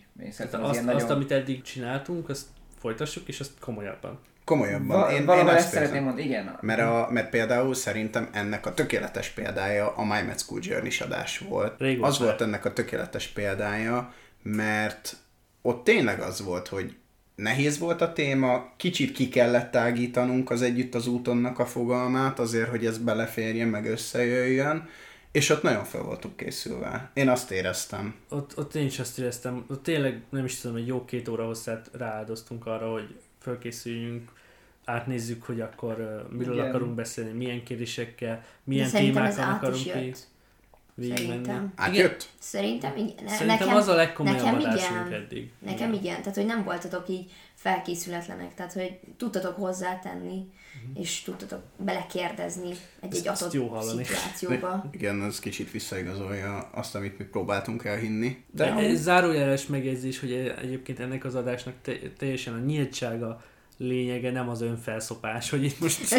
Azt, amit eddig csináltunk, azt folytassuk, és azt komolyabban. Komolyabban. Én ezt szeretném mondani, igen. Mert például szerintem ennek a tökéletes példája a My Med School Journey-s adás volt. Az volt ennek a tökéletes példája, mert ott tényleg az volt, hogy nehéz volt a téma, kicsit ki kellett tágítanunk az Együtt az útonnak a fogalmát azért, hogy ez beleférjen, meg összejöjjön, és ott nagyon fel voltunk készülve. Én azt éreztem. Ott én is azt éreztem. Ott tényleg nem is tudom, hogy jó 2 óra hosszát rááldoztunk arra, hogy felkészüljünk, átnézzük, hogy akkor miről akarunk beszélni, milyen kérdésekkel, milyen témákon akarunk ki. Szerintem. Átjött? Szerintem igen. Szerintem az a legkomolyabb nekem adásunk igen. eddig. Nekem igen, tehát hogy nem voltatok így felkészületlenek, tehát hogy tudtatok hozzátenni, és tudtatok belekérdezni egy Ezt jó adott hallani. szituációba. Igen, ez kicsit visszaigazolja azt, amit mi próbáltunk elhinni. De egy zárójeles megjegyzés, hogy egyébként ennek az adásnak teljesen a nyíltsága lényege, nem az önfelszopás, hogy itt most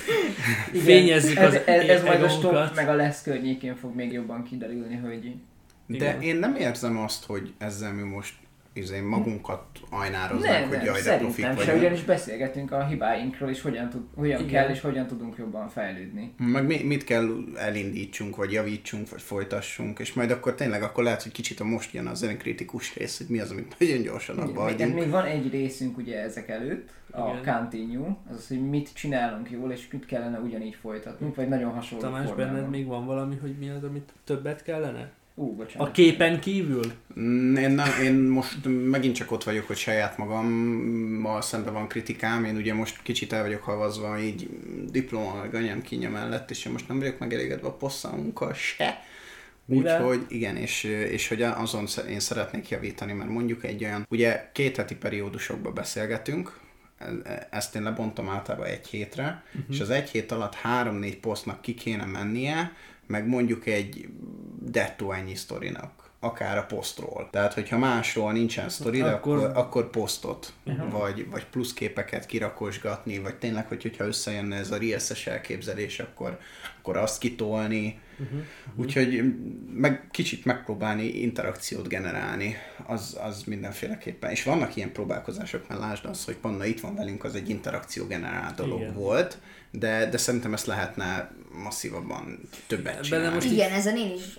fényezzük az ez majd a egónkat. stop meg a lesz környékén fog még jobban kiderülni, hogy... De Igen. én nem érzem azt, hogy ezzel mi most magunkat ajnároznánk, hogy jaj, de profik szerintem se, vagyunk. ugyanis beszélgetünk a hibáinkról, és hogyan kell, és hogyan tudunk jobban fejlődni. Meg mit kell elindítsunk, vagy javítsunk, vagy folytassunk, és majd akkor tényleg akkor lehet, hogy kicsit a most jön az önkritikus rész, hogy mi az, amit nagyon gyorsan abba hagyjunk. Még van egy részünk ugye ezek előtt, a Igen. continue, azaz, hogy mit csinálunk jól, és mit kellene ugyanígy folytatnunk, vagy nagyon hasonló Tamás, formában. benned még van valami, hogy mi az, amit többet kellene? Bocsánat. A képen kívül? Én most megint csak ott vagyok, hogy saját magammal szemben van kritikám. Én ugye most kicsit el vagyok havazva így diploma meg anyám kínja mellett, és én most nem vagyok megelégedve a posszalmunkkal se. Úgyhogy igen, és hogy azon én szeretnék javítani, mert mondjuk egy olyan, ugye 2 heti periódusokban beszélgetünk, ezt én lebontom általában 1 hétre, és az 1 hét alatt 3-4 posztnak ki kéne mennie, meg mondjuk egy dettó ennyi sztorinak, akár a posztról. Tehát, hogyha másról nincsen sztori, de akkor posztot, vagy plusz képeket kirakosgatni, vagy tényleg, hogyha összejönne ez a reels-es elképzelés, akkor azt kitolni. Úgyhogy kicsit megpróbálni interakciót generálni, az mindenféleképpen. És vannak ilyen próbálkozások, mert lásd azt, hogy Panna itt van velünk, az egy interakció generált dolog volt, de szerintem ezt lehetne masszívabban többet csinálni. Igen, ezen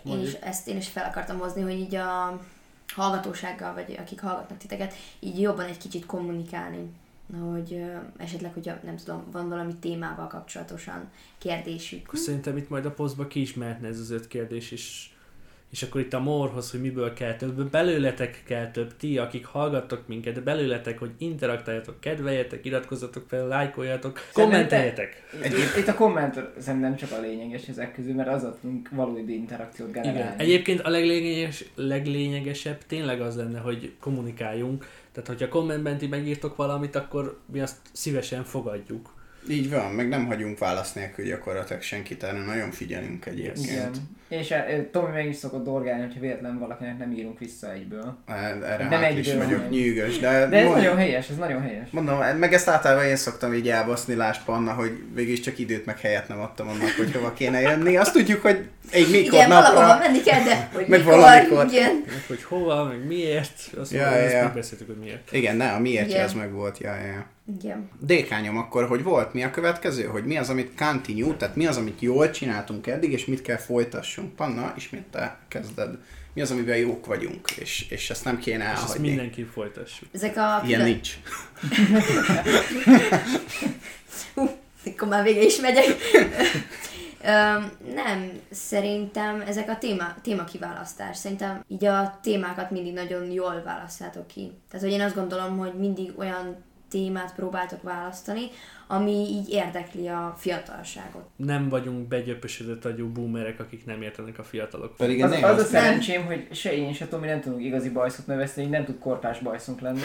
én is fel akartam hozni, hogy így a hallgatósággal, vagy akik hallgatnak titeket, így jobban egy kicsit kommunikálni. Hogy esetleg, hogyha nem tudom, van valami témával kapcsolatosan kérdésük. Szerintem itt majd a posztba ki is mehetne ez az 5 kérdés, és akkor itt a morhoz, hogy miből kell több, belőletek kell több, ti, akik hallgattok minket, de belőletek, hogy interaktáljatok, kedveljetek, iratkozzatok fel, lájkoljatok, kommenteljetek. Itt a komment szerintem csak a lényeges ezek közül, mert az tudunk valódi interakciót generálni. Igen. Egyébként a leglényegesebb tényleg az lenne, hogy kommunikáljunk, tehát hogyha kommentben ti megírtok valamit, akkor mi azt szívesen fogadjuk. Így van, meg nem hagyunk válasz nélkül gyakorlatilag senkit, erre nagyon figyelünk egyébként. Igen. És Tomi meg is szokott dorgálni, hogyha véletlen valakinek nem írunk vissza egyből. Erre hát is vagyok nyűgös, de ez nagyon helyes, ez nagyon helyes. Mondom, meg ezt általában én szoktam így elbaszni, lásd Panna, hogy végig csak időt meg helyet nem adtam annak, hogy hova kéne jönni. Azt tudjuk, hogy egy mikor igen, napra... valahova menni kell, de hogy meg mikor, valamikor. igen. Meg hogy hova, meg miért, azt megbeszéltük, hogy miért. Igen, a miértje ez meg volt, Igen. Dékányom, akkor hogy volt? Mi a következő? Hogy mi az, amit continue, tehát mi az, amit jól csináltunk eddig, és mit kell folytassunk? Panna, ismét te kezded. Mi az, amiben jók vagyunk, és ezt nem kéne elhagyni. És ezt mindenki folytassuk. Ezek a... Ilyen nincs. Akkor már vége is megyek. Nem, szerintem ezek a témakiválasztás. Szerintem így a témákat mindig nagyon jól választátok ki. Tehát, hogy én azt gondolom, hogy mindig olyan témát próbáltok választani, ami így érdekli a fiatalságot. Nem vagyunk begyöpösödött agyú boomerek, akik nem értenek a fiatalok. Pedig az a szerencsém, hogy se én, se Tomi nem tudunk igazi bajszot nevezni, így nem tud korpás bajszunk lenni.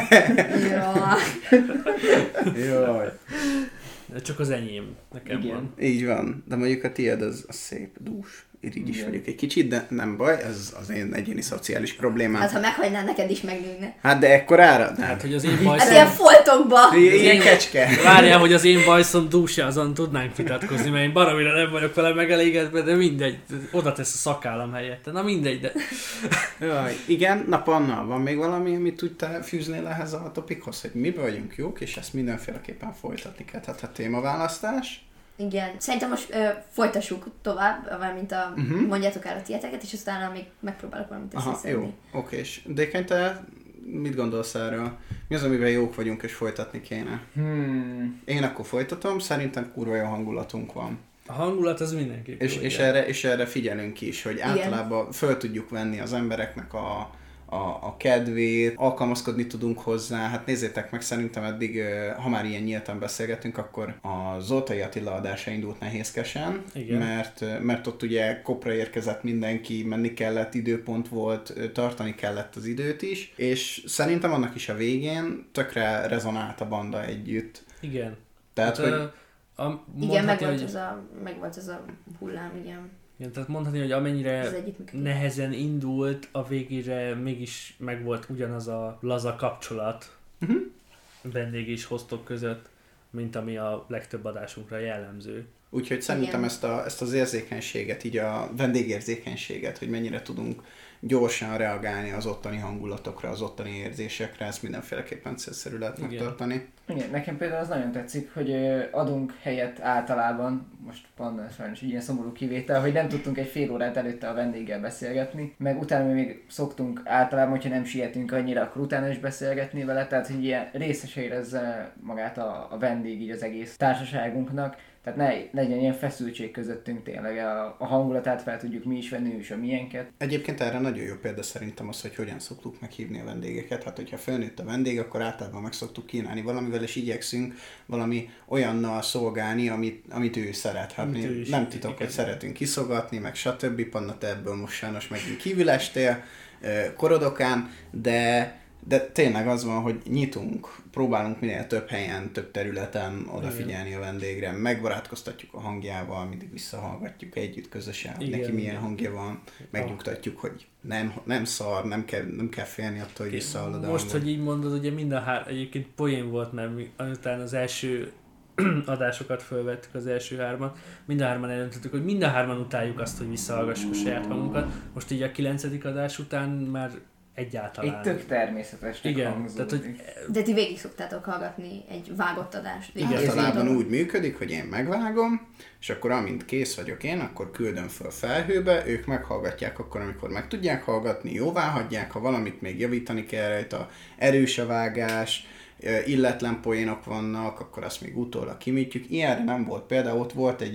Jaj. Csak az enyém, nekem igen. van. Így van, de mondjuk a tiéd az szép, dús. Irigy is vagyok egy kicsit, de nem baj, ez az én egyéni szociális problémám. Hát ha meghagynál, neked is megnőne. Hát de ekkorára? Nem. Hát, hogy az én Hát bajszom... ilyen foltokba! Ilyen kecske. Várjál, hogy az én bajszom dúsja, azon tudnánk vitatkozni, mert én baromira nem vagyok vele megelégedve, de mindegy, oda tesz a szakállam helyette. Na mindegy, de... Jaj, igen, na Panna, van még valami, amit tudtál fűznél ehhez a topikhoz, hogy mi vagyunk jók, és ezt mindenféleképpen folytatni kell. Tehát a témaválasztás. Igen. Szerintem most folytassuk tovább, valamint mondjátok el a tieteket, és aztán még megpróbálok valamit összeszedni. Jó, oké. És Dékeny, te mit gondolsz erről? Mi az, amiben jók vagyunk, és folytatni kéne? Én akkor folytatom, szerintem kurva jó hangulatunk van. A hangulat az mindenképp és erre figyelünk is, hogy általában föl tudjuk venni az embereknek a kedvét, alkalmazkodni tudunk hozzá. Hát nézzétek meg, szerintem eddig, ha már ilyen nyíltan beszélgetünk, akkor a Zoltai Attila adása indult nehézkesen, mert ott ugye kopra érkezett mindenki, menni kellett, időpont volt, tartani kellett az időt is, és szerintem annak is a végén tökre rezonált a banda együtt. Igen. Tehát, hogy... Igen, megvolt ez a hullám, igen. Igen, tehát mondhatni, hogy amennyire nehezen indult, a végére mégis megvolt ugyanaz a laza kapcsolat vendég és hostok között, mint ami a legtöbb adásunkra jellemző. Úgyhogy szerintem ezt az érzékenységet, így a vendégérzékenységet, hogy mennyire tudunk gyorsan reagálni az ottani hangulatokra, az ottani érzésekre, ezt mindenféleképpen célszerű lehet megtartani. Igen, nekem például az nagyon tetszik, hogy adunk helyet általában, most van sajnos egy ilyen szomorú kivétel, hogy nem tudtunk egy fél órát előtte a vendéggel beszélgetni, meg utána mi még szoktunk általában, hogyha nem sietünk annyira, akkor utána is beszélgetni vele, tehát hogy ilyen részes érezze magát a vendég így az egész társaságunknak. Tehát ne legyen ilyen feszültség közöttünk tényleg, a hangulatát fel tudjuk mi is venni, ő is a miénket. Egyébként erre nagyon jó példa szerintem az, hogy hogyan szoktuk meghívni a vendégeket. Hát, hogyha felnőtt a vendég, akkor általában meg szoktuk kínálni valamivel, és igyekszünk valami olyannal szolgálni, amit ő szeret. Hát nem titok, hogy szeretünk kiszogatni, meg stb. Panna, te ebből most sajnos megint kívül estél korodokán, de tényleg az van, hogy nyitunk, próbálunk minél több helyen, több területen odafigyelni a vendégre, megbarátkoztatjuk a hangjával, mindig visszahallgatjuk együtt közösen, hogy neki milyen hangja van, megnyugtatjuk, hogy nem szar, nem kell félni attól, hogy visszahallod a Most, hogy így mondod, ugye egyébként poén volt, mert azután az első adásokat fölvettük, az első hármat, mind a hárman eldöntöttük, hogy mind a hárman utáljuk azt, hogy visszahallgassuk a saját hangunkat. Most így a 9. adás után már egyáltalán. Egy tök természetesnek hangzódik. Tehát, hogy... De ti végig szoktátok hallgatni egy vágott adást. Igen. Általában úgy működik, hogy én megvágom, és akkor amint kész vagyok én, akkor küldöm föl felhőbe, ők meghallgatják akkor, amikor meg tudják hallgatni, jóvá hagyják, ha valamit még javítani kell rajta, erős a vágás, illetlen poénok vannak, akkor azt még utólag kimítjük. Ilyenre nem volt. Például ott volt egy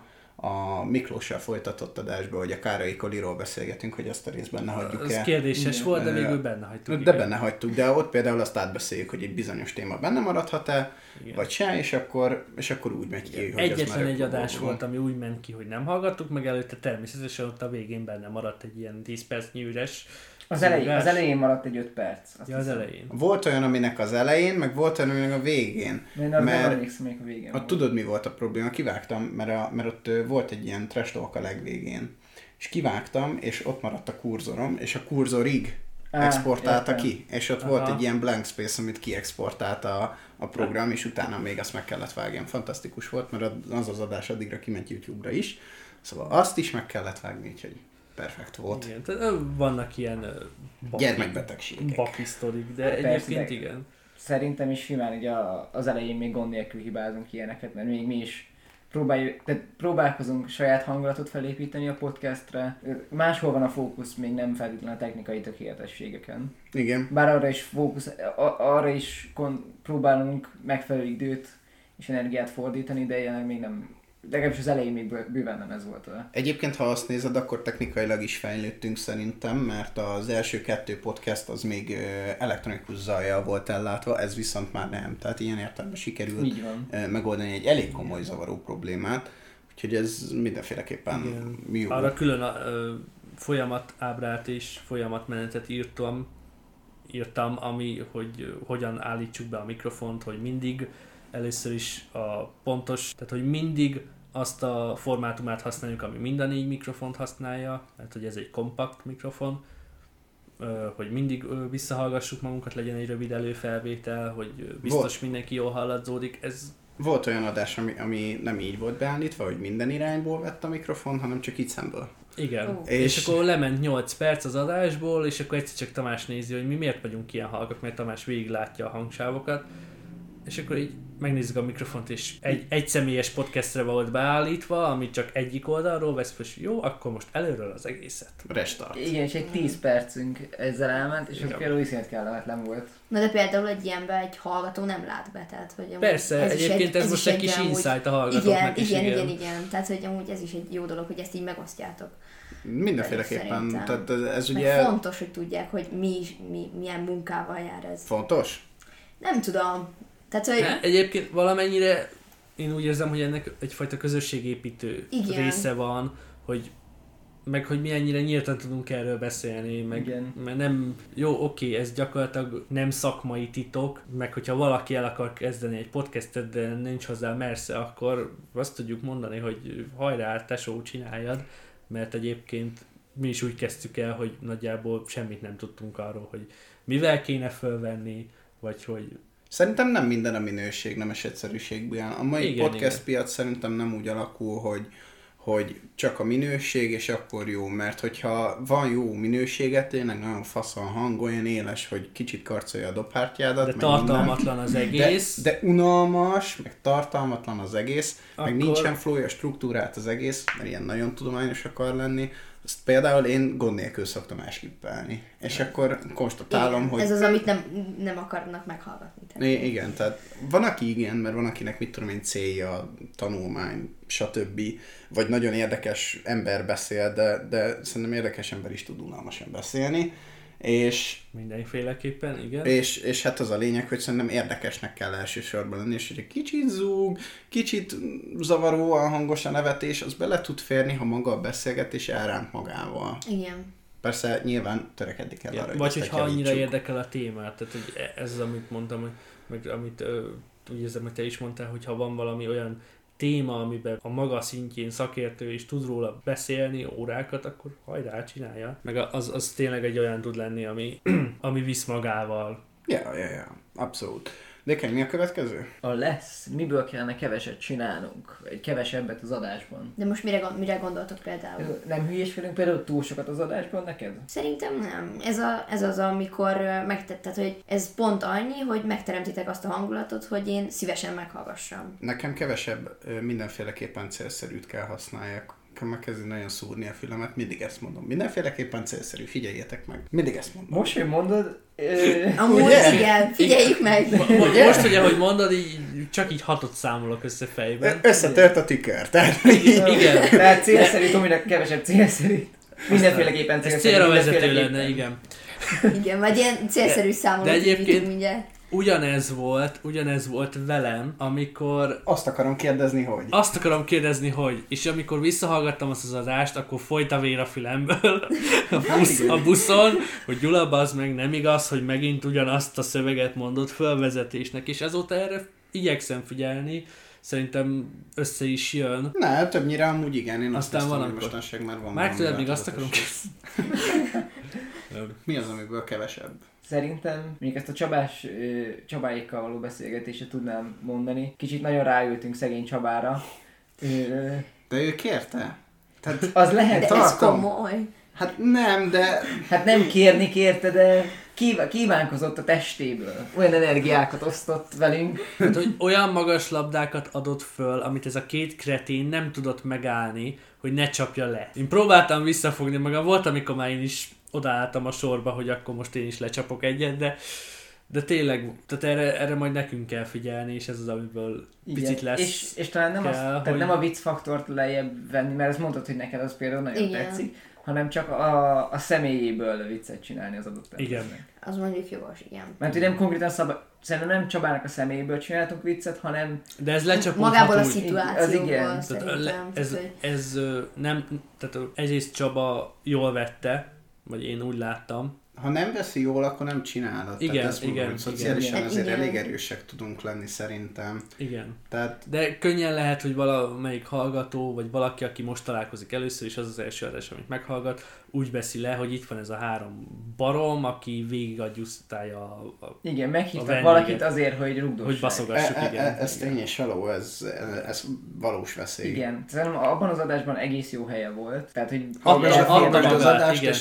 a Miklóssal folytatott adásban, hogy a Károly Koliról beszélgetünk, hogy azt a részt benne hagyjuk el. Ez kérdéses volt, de végül benne hagytuk. De benne hagytuk, de ott például azt átbeszéljük, hogy egy bizonyos téma benne maradhat-e, vagy se, és akkor úgy megy ki, hogy egyetlen egy adás volt, ami úgy ment ki, hogy nem hallgattuk meg előtte, természetesen ott a végén benne maradt egy ilyen 10 percnyi üres. Az elején maradt egy 5 perc. Az elején. Volt olyan, aminek az elején, meg volt olyan, aminek a végén. Nem emlékszem, még a végén. Ott tudod, mi volt a probléma? Kivágtam, mert ott volt egy ilyen trash talk a legvégén. És kivágtam, és ott maradt a kurzorom, és a kurzorig exportálta ki. És ott volt egy ilyen blank space, amit kiexportálta a program, és utána még azt meg kellett vágni. Fantasztikus volt, mert az adás addigra kiment YouTube-ra is. Szóval azt is meg kellett vágni, úgyhogy perfekt volt. Igen, tehát vannak ilyen gyermekbetegségek. Bakisztorik, de egyébként igen. Szerintem is simán így az elején még gond nélkül hibázunk ilyeneket, mert még mi is próbálkozunk saját hangulatot felépíteni a podcastre. Máshol van a fókusz, még nem feltétlenül a technikai tökéletességeken. Igen. Bár arra is próbálunk megfelelő időt és energiát fordítani, de jelenleg még nem. Legalábbis az elején még bőven nem ez volt. Egyébként, ha azt nézed, akkor technikailag is fejlődtünk szerintem, mert az első 2 podcast az még elektronikus zajjal volt ellátva, ez viszont már nem. Tehát ilyen értelemben sikerült megoldani egy elég komoly zavaró problémát, úgyhogy ez mindenféleképpen jó. Arra külön folyamatábrát és folyamatmenetet írtam, ami, hogy hogyan állítsuk be a mikrofont, hogy mindig először is a pontos, tehát hogy mindig azt a formátumát használjuk, ami mind a 4 mikrofont használja, mert hogy ez egy kompakt mikrofon, hogy mindig visszahallgassuk magunkat, legyen egy rövid előfelvétel, hogy biztos mindenki jól hallatszódik. Volt olyan adás, ami nem így volt beállítva, hogy minden irányból vett a mikrofon, hanem csak így szemből. Igen, és akkor lement 8 perc az adásból, és akkor egyszer csak Tamás nézi, hogy mi miért vagyunk ilyen hallgak, mert Tamás végig látja a hangsávokat, és akkor így megnézzük a mikrofont, és egy személyes podcastre volt beállítva, amit csak egyik oldalról vesz, és jó, akkor most előről az egészet. Restart. Igen, és egy 10 percünk ezzel elment, és az például iszonyat kellemetlen volt. Na de például egy ilyenben egy hallgató nem lát be, tehát hogy Persze, egyébként ez most egy kis insight a hallgatóknak is. Igen, tehát hogy amúgy ez is egy jó dolog, hogy ezt így megosztjátok. Mindenféleképpen, tehát ez meg ugye... fontos, hogy tudják, hogy milyen munkával jár ez. Fontos? Nem tudom. Tehát, hogy... Egyébként valamennyire én úgy érzem, hogy ennek egyfajta közösségépítő része van, hogy milyennyire nyíltan tudunk erről beszélni, mert nem, jó, oké, ez gyakorlatilag nem szakmai titok, meg hogyha valaki el akar kezdeni egy podcastet, de nincs hozzá mersze, akkor azt tudjuk mondani, hogy hajrá, tesó, csináljad, mert egyébként mi is úgy kezdtük el, hogy nagyjából semmit nem tudtunk arról, hogy mivel kéne fölvenni, vagy hogy... Szerintem nem minden a minőség, nemes egyszerűségből. A mai podcast piac szerintem nem úgy alakul, hogy csak a minőség, és akkor jó, mert hogyha van jó minőséget, tényleg nagyon faszon hang, olyan éles, hogy kicsit karcolja a dobhártyádat. De tartalmatlan az egész. De unalmas, meg tartalmatlan az egész, akkor... meg nincsen flowja, struktúrát az egész, mert ilyen nagyon tudományos akar lenni. Azt például én gond nélkül szoktam elskippelni. És akkor konstatálom, hogy... Ez az, amit nem akarnak meghallgatni. Igen, tehát van, aki igen, mert van, akinek mit tudom én célja, tanulmány, stb. Vagy nagyon érdekes ember beszél, de szerintem érdekes ember is tud unalmasan beszélni. És mindenféleképpen, igen. És hát az a lényeg, hogy szerintem érdekesnek kell elsősorban lenni, és hogy egy kicsit zúg, kicsit zavaróan hangos a nevetés, az bele tud férni, ha maga a beszélgetés elránt magával. Igen. Persze nyilván törekedni kell arra, hogy vagy hogyha annyira érdekel a témát, tehát hogy ez az, amit mondtam, meg amit úgy érzem, hogy te is mondtál, hogy ha van valami olyan téma, amiben a maga szintjén szakértő is tud róla beszélni órákat, akkor hajrá, csinálja. Meg az tényleg egy olyan tud lenni, ami visz magával. Ja, abszolút. De mi a következő? Lesz. Miből kellene keveset csinálnunk? Egy kevesebbet az adásban. De most mire gondoltok például? Nem hülyéskedünk például túl sokat az adásban neked? Szerintem nem. Ez az, amikor megtetted, hogy ez pont annyi, hogy megteremtitek azt a hangulatot, hogy én szívesen meghallgassam. Nekem kevesebb mindenféleképpen célszerűt kell használjak. Megkezdi nagyon szúrni a fülemet, mindig ezt mondom. Mindenféleképpen célszerű, figyeljétek meg. Mindig ezt mondom. Most, hogy mondod... Amúgy igen, figyeljük meg. Most ugye, hogy mondod, így, csak így 6-ot számolok össze fejben. Összetört a tükör. Tehát... Igen. Tehát célszerű, Tominak kevesebb célszerű. Mindenféleképpen célszerű. Ez célra vezető lenne, igen. Igen, vagy ilyen célszerű számolok. De egyébként ugyanez volt velem, amikor... Azt akarom kérdezni, hogy... És amikor visszahallgattam azt az adást, akkor folyt a vér a fülemből a buszon, hogy Gyula, bazd meg, nem igaz, hogy megint ugyanazt a szöveget mondott fölvezetésnek, és azóta erre igyekszem figyelni. Szerintem össze is jön. Ne, többnyire amúgy igen. Én aztán azt van hiszem, akkor. mostanság már van. Már tudod, még azt akarom. Mi az, amiből kevesebb? Szerintem, mondjuk ezt a Csabáékkal való beszélgetésre tudnám mondani. Kicsit nagyon ráültünk szegény Csabára. De ő kérte? Tehát az lehet. De ez komoly. Hát nem, de... Hát nem kérni kérte, de kívánkozott a testéből. Olyan energiákat osztott velünk. Hát, hogy olyan magas labdákat adott föl, amit ez a két kretén nem tudott megállni, hogy ne csapja le. Én próbáltam visszafogni magam, volt, amikor már én is odaálltam a sorba, hogy akkor most én is lecsapok egyet, de tényleg, tehát erre majd nekünk kell figyelni, és ez az, amiből picit lesz. És talán nem, kell, tehát nem a viccfaktort lejjebb venni, mert ezt mondtad, hogy neked az például nagyon tetszik, hanem csak a személyéből viccet csinálni az adott embernek. Az mondjuk jogos, igen. Mert nem konkrétan szerintem nem Csabának a személyéből csináltunk viccet, hanem... De ez lecsapódhat magából a úgy. szituációból szerintem. Ez nem, tehát egyrészt Csaba jól vette, vagy én úgy láttam. Ha nem veszi jól, akkor nem csinálod. Igen, tehát ezt igen. Mondom, hogy szociálisan igen. azért Igen. elég erősek tudunk lenni szerintem. Igen. Tehát... De könnyen lehet, hogy valamelyik hallgató, vagy valaki, aki most találkozik először, és az az első adás, amit meghallgat, úgy veszi le, hogy itt van ez a 3 barom, aki végig adjusztálja igen, meghívtak valakit azért, hogy rugdossák. Hogy baszogassuk, igen. Ez tény és való, ez valós veszély. Igen, szerintem abban az adásban egész jó helye volt. Tehát, hogy az adást,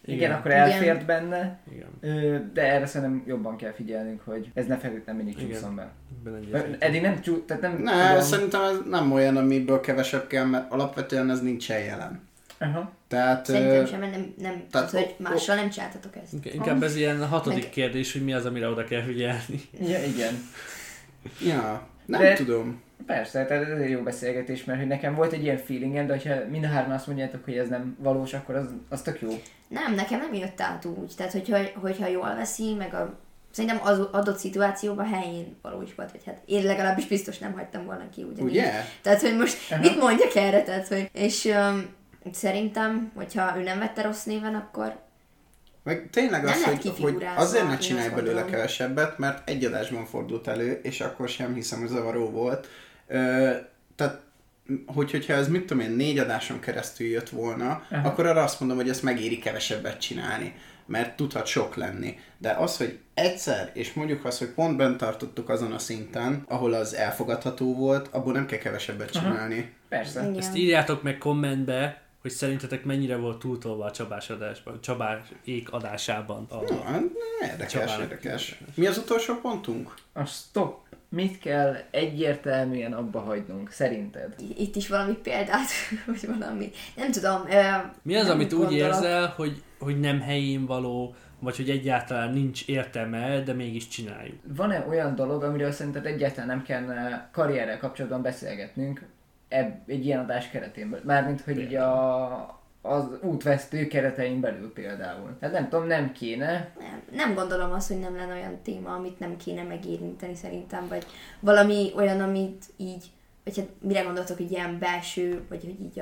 Igen, akkor Igen. elfért benne, Igen. de erre szerintem jobban kell figyelnünk, hogy ez ne feltétlenül mindig Igen. csúszom be. Ebben egyetértek. Eddig nem tehát nem Ne, tudom. szerintem ez nem olyan, amiből kevesebb kell, mert alapvetően ez nincsen jelen. Aha. Tehát... Szerintem sem, mert nem tehát- hogy mással nem csináltatok ezt. Inkább ez ilyen hatodik Meg- kérdés, hogy mi az, amire oda kell figyelni. Ja, igen. Ja, nem De- tudom. Persze, tehát ez egy jó beszélgetés, mert hogy nekem volt egy ilyen feelingem, de hogyha mind a hárman azt mondjátok, hogy ez nem valós, akkor az tök jó. Nem, nekem nem jött át úgy. Tehát, hogyha jól veszi, meg szerintem az adott szituációban helyén való is volt, vagy hát én legalábbis biztos nem hagytam volna ki ugyanígy. Ugye? Tehát, hogy most Aha. mit mondjak erre, tehát, hogy... És szerintem, hogyha ő nem vette rossz néven, akkor Meg tényleg Nem az, lett hogy kifigurázva, azért ne én csinálj azt belőle gondolom. kevesebbet, mert egy adásban fordult elő, és akkor sem hiszem, hogy zavaró volt. Tehát, hogyha ez mit tudom én, 4 adáson keresztül jött volna, Aha. akkor arra azt mondom, hogy ezt megéri kevesebbet csinálni, mert tudhat sok lenni. De az, hogy egyszer, és mondjuk azt, hogy pont bent tartottuk azon a szinten, ahol az elfogadható volt, abból nem kell kevesebbet Aha. csinálni. Persze. igen. Ezt írjátok meg kommentbe, hogy szerintetek mennyire volt túltolva a Csabás adásban, Csabásék adásában. Hát, érdekes, Csabának érdekes. Mi az utolsó pontunk? A stop. Mit kell egyértelműen abba hagynunk, szerinted? Itt is valami példát, vagy valami, nem tudom. Mi az, nem amit úgy gondolok. érzel, hogy nem helyén való, vagy hogy egyáltalán nincs értelme, de mégis csináljuk? Van-e olyan dolog, amiről szerinted egyáltalán nem kellene karrierrel kapcsolatban beszélgetnünk egy ilyen adás keretén belül? Mármint, hogy így az útvesztő keretein belül például. Hát nem tudom, nem kéne. Nem gondolom azt, hogy nem lenne olyan téma, amit nem kéne megérinteni szerintem, vagy valami olyan, amit így, vagy hát mire gondoltok, hogy ilyen belső, vagy hogy így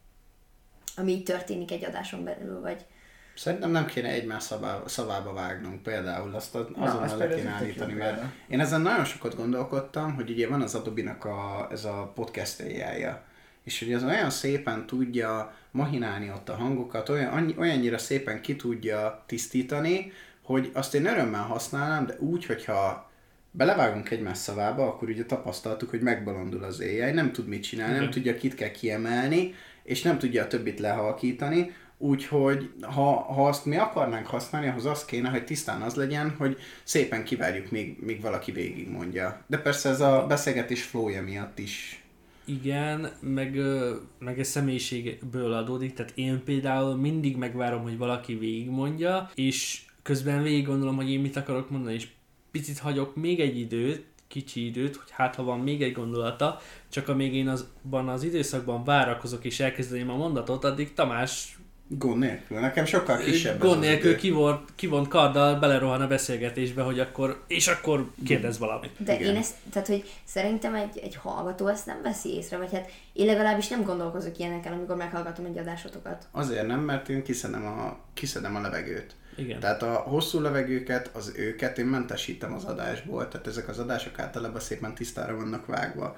ami így történik egy adáson belül, vagy Szerintem nem kéne egymás szavába vágnunk például, azt azonnal az le például kéne tök jó állítani, példa. mert én ezen nagyon sokat gondolkodtam, hogy ugye van az Adobe-nak ez a podcast AI-ja, és hogy az olyan szépen tudja mahinálni ott a hangokat, olyannyira szépen ki tudja tisztítani, hogy azt én örömmel használnám, de úgy, hogyha belevágunk egymás szavába, akkor ugye tapasztaltuk, hogy megbolondul az AI, nem tud mit csinálni, nem tudja, kit kell kiemelni, és nem tudja a többit lehalkítani, úgyhogy ha azt mi akarnánk használni, ahhoz az kéne, hogy tisztán az legyen, hogy szépen kivárjuk, míg valaki végigmondja. De persze ez a beszélgetés flowja miatt is. Igen, meg ez személyiségből adódik, tehát én például mindig megvárom, hogy valaki végigmondja, és közben végig gondolom, hogy én mit akarok mondani, és picit hagyok még egy időt, kicsi időt, hogy hát ha van még egy gondolata, csak amíg én azban az időszakban várakozok és elkezdeném a mondatot, addig Tamás Gond nélkül. Nekem sokkal kisebb gond ez az nélkül idő. kivont karddal belerohan a beszélgetésbe, hogy akkor kérdez valamit. de Igen. én ezt, tehát hogy szerintem egy hallgató ezt nem veszi észre, vagy hát én legalábbis nem gondolkozok ilyeneken, amikor meghallgatom egy adásotokat. Azért nem, mert én kiszedem a levegőt. Igen. Tehát a hosszú levegőket, őket én mentesítem az adásból, tehát ezek az adások általában szépen tisztára vannak vágva.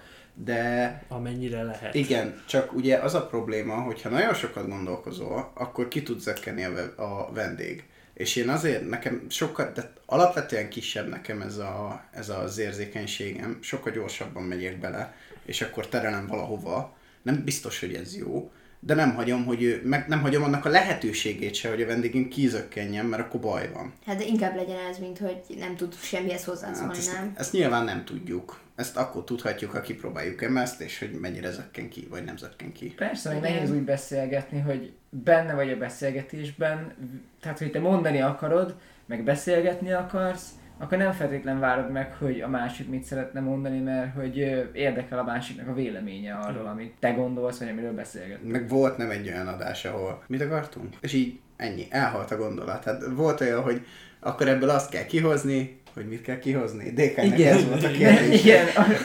De Amennyire lehet. igen, csak ugye az a probléma, hogyha nagyon sokat gondolkozol, akkor ki tud zökkenni a vendég. És én azért, nekem sokkal, de alapvetően kisebb nekem ez az érzékenységem, sokkal gyorsabban megyek bele, és akkor terelem valahova. Nem biztos, hogy ez jó, de nem hagyom, nem hagyom annak a lehetőségét se, hogy a vendégünk kizökkenjen, mert akkor baj van. Hát de inkább legyen ez, mint hogy nem tud semmihez hozzászólni, Hát nem? ezt nyilván nem tudjuk. Ezt akkor tudhatjuk, ha kipróbáljuk ezt, és hogy mennyire zökken ki, vagy nem zökken ki. Persze, hogy Igen. nehéz úgy beszélgetni, hogy benne vagy a beszélgetésben, tehát hogy te mondani akarod, meg beszélgetni akarsz, akkor nem feltétlen várod meg, hogy a másik mit szeretne mondani, mert hogy érdekel a másiknak a véleménye arról, amit te gondolsz, vagy amiről beszélgetünk. Meg volt nem egy olyan adás, ahol mit akartunk? És így ennyi, elhalt a gondolat. Hát volt olyan, hogy akkor ebből azt kell kihozni, hogy mit kell kihozni. DK-nek ez volt a kérdés. Igen,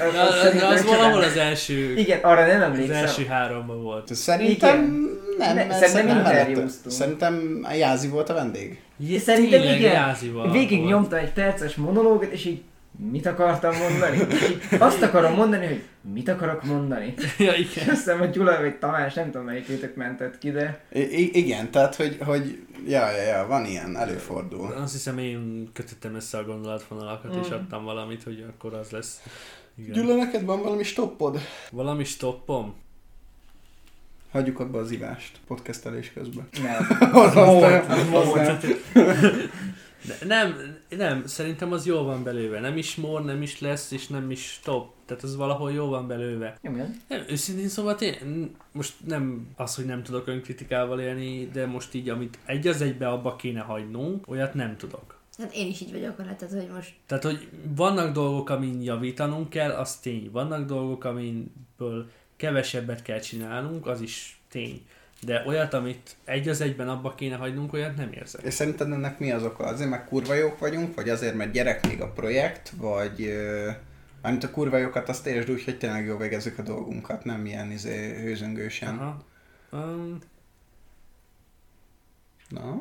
De az valahol az első, igen, arra nem az emlékszem. első 3-ban volt. Szerintem nem, mert Szerintem mellette- interjúztunk. Szerintem a Jázi volt a vendég. Szerintem Tényleg igen, Jázival végig volt. nyomta egy perces monológot, és így mit akartam mondani? És így azt akarom mondani, hogy mit akarok mondani. Ja, És igen. azt hiszem, hogy Gyula vagy Tamás, nem tudom melyikétek mentett ki, de Igen, tehát, hogy ja, van ilyen, előfordul. Azt hiszem én kötöttem össze a gondolatvonalakat, és adtam valamit, hogy akkor az lesz. Igen. Gyula, neked van valami stoppod? Valami stoppom? Hagyjuk abba az ivást podcastelés közben. Nem, szerintem az jól van belőve. Nem is more, nem is lesz, és nem is top. Tehát az valahol jól van belőve. Igen. Nem, őszintén szóval most nem az, hogy nem tudok önkritikával élni, de most így, amit egy az egybe abba kéne hagynunk, olyat nem tudok. Hát én is így vagyok vele, tehát hogy most... Tehát, hogy vannak dolgok, amin javítanunk kell, az tény. Vannak dolgok, aminből kevesebbet kell csinálnunk, az is tény. De olyat, amit egy az egyben abba kéne hagynunk, olyat nem érzek. És szerinted ennek mi az oka? Azért, mert kurva jók vagyunk, vagy azért, mert gyerek még a projekt, vagy... Mármint a kurva jókat azt értsd úgy, hogy tényleg jól végezzük a dolgunkat, nem ilyen hőzöngősen. Aha. Na?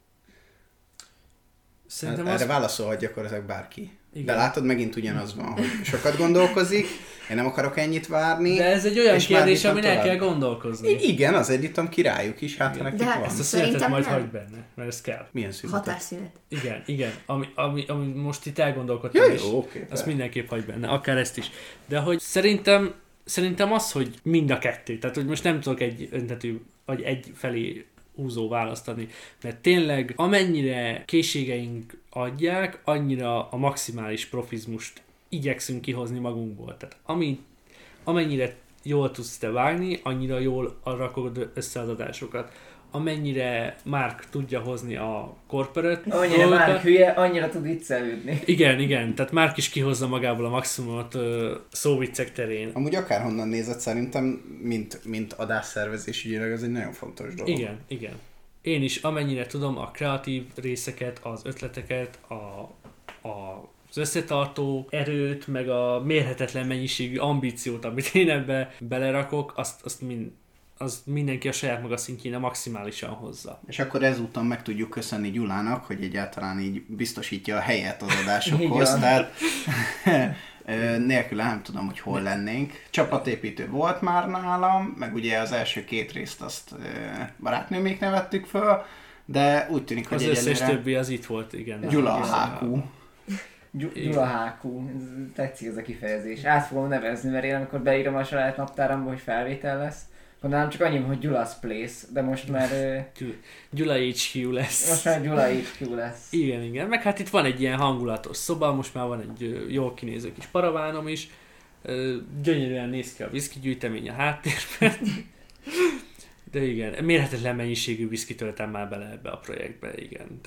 Szerintem Erre válaszolhat gyakorlatilag bárki. Igen. De látod, megint ugyanaz van, hogy sokat gondolkozik, én nem akarok ennyit várni. De ez egy olyan kérdés, amin el kell gondolkozni. Igen, az együttem királyuk is, hát nekik van. Ezt a szünetet Szerintem majd nem. hagyd benne, mert ez kell. Milyen szünetet? Határszünet. Igen. Ami most itt elgondolkodtam, Ja, és jó, oké, azt persze. mindenképp hagyd benne, akár ezt is. De hogy szerintem az, hogy mind a kettő, tehát hogy most nem tudok egy öntetű, vagy egy felé húzó választani, mert tényleg amennyire készségeink adják, annyira a maximális profizmust igyekszünk kihozni magunkból. Tehát amennyire jól tudsz te vágni, annyira jól rakod össze az adásokat. Amennyire Mark tudja hozni a corporate Annyira dolgokat, már hülye, annyira tud viccelődni. Igen, tehát Mark is kihozza magából a maximumot szóviccek terén. Amúgy akárhonnan nézed, szerintem, mint adásszervezés ügyileg, ez egy nagyon fontos dolog. Igen. Én is amennyire tudom a kreatív részeket, az ötleteket, az összetartó erőt, meg a mérhetetlen mennyiségű ambíciót, amit én ebbe belerakok, azt mindenki a saját maga szintjén maximálisan hozza. És akkor ezúton meg tudjuk köszönni Gyulának, hogy egyáltalán így biztosítja a helyet az adásokhoz, Igen. tehát nélküle nem tudom, hogy hol lennénk. Csapatépítő volt már nálam, meg ugye az első 2 részt azt barátnőméknél vettük föl, de úgy tűnik, hogy Az összes egyelőre többi az itt volt, igen. Gyula a HQ. Gyula HQ. Tetszik ez a kifejezés. Át fogom nevezni, mert én amikor beírom a saját naptáramba, hogy felvétel lesz, mondanám csak annyi, hogy Gyula's Place, de most már... Gyula HQ lesz. Most már Gyula HQ lesz. Igen. Meg hát itt van egy ilyen hangulatos szoba, most már van egy jól kinéző kis paravánom is. Gyönyörűen néz ki a whisky gyűjtemény a háttérben. De igen, mérhetetlen mennyiségű whisky töltem már bele ebbe a projektbe, igen.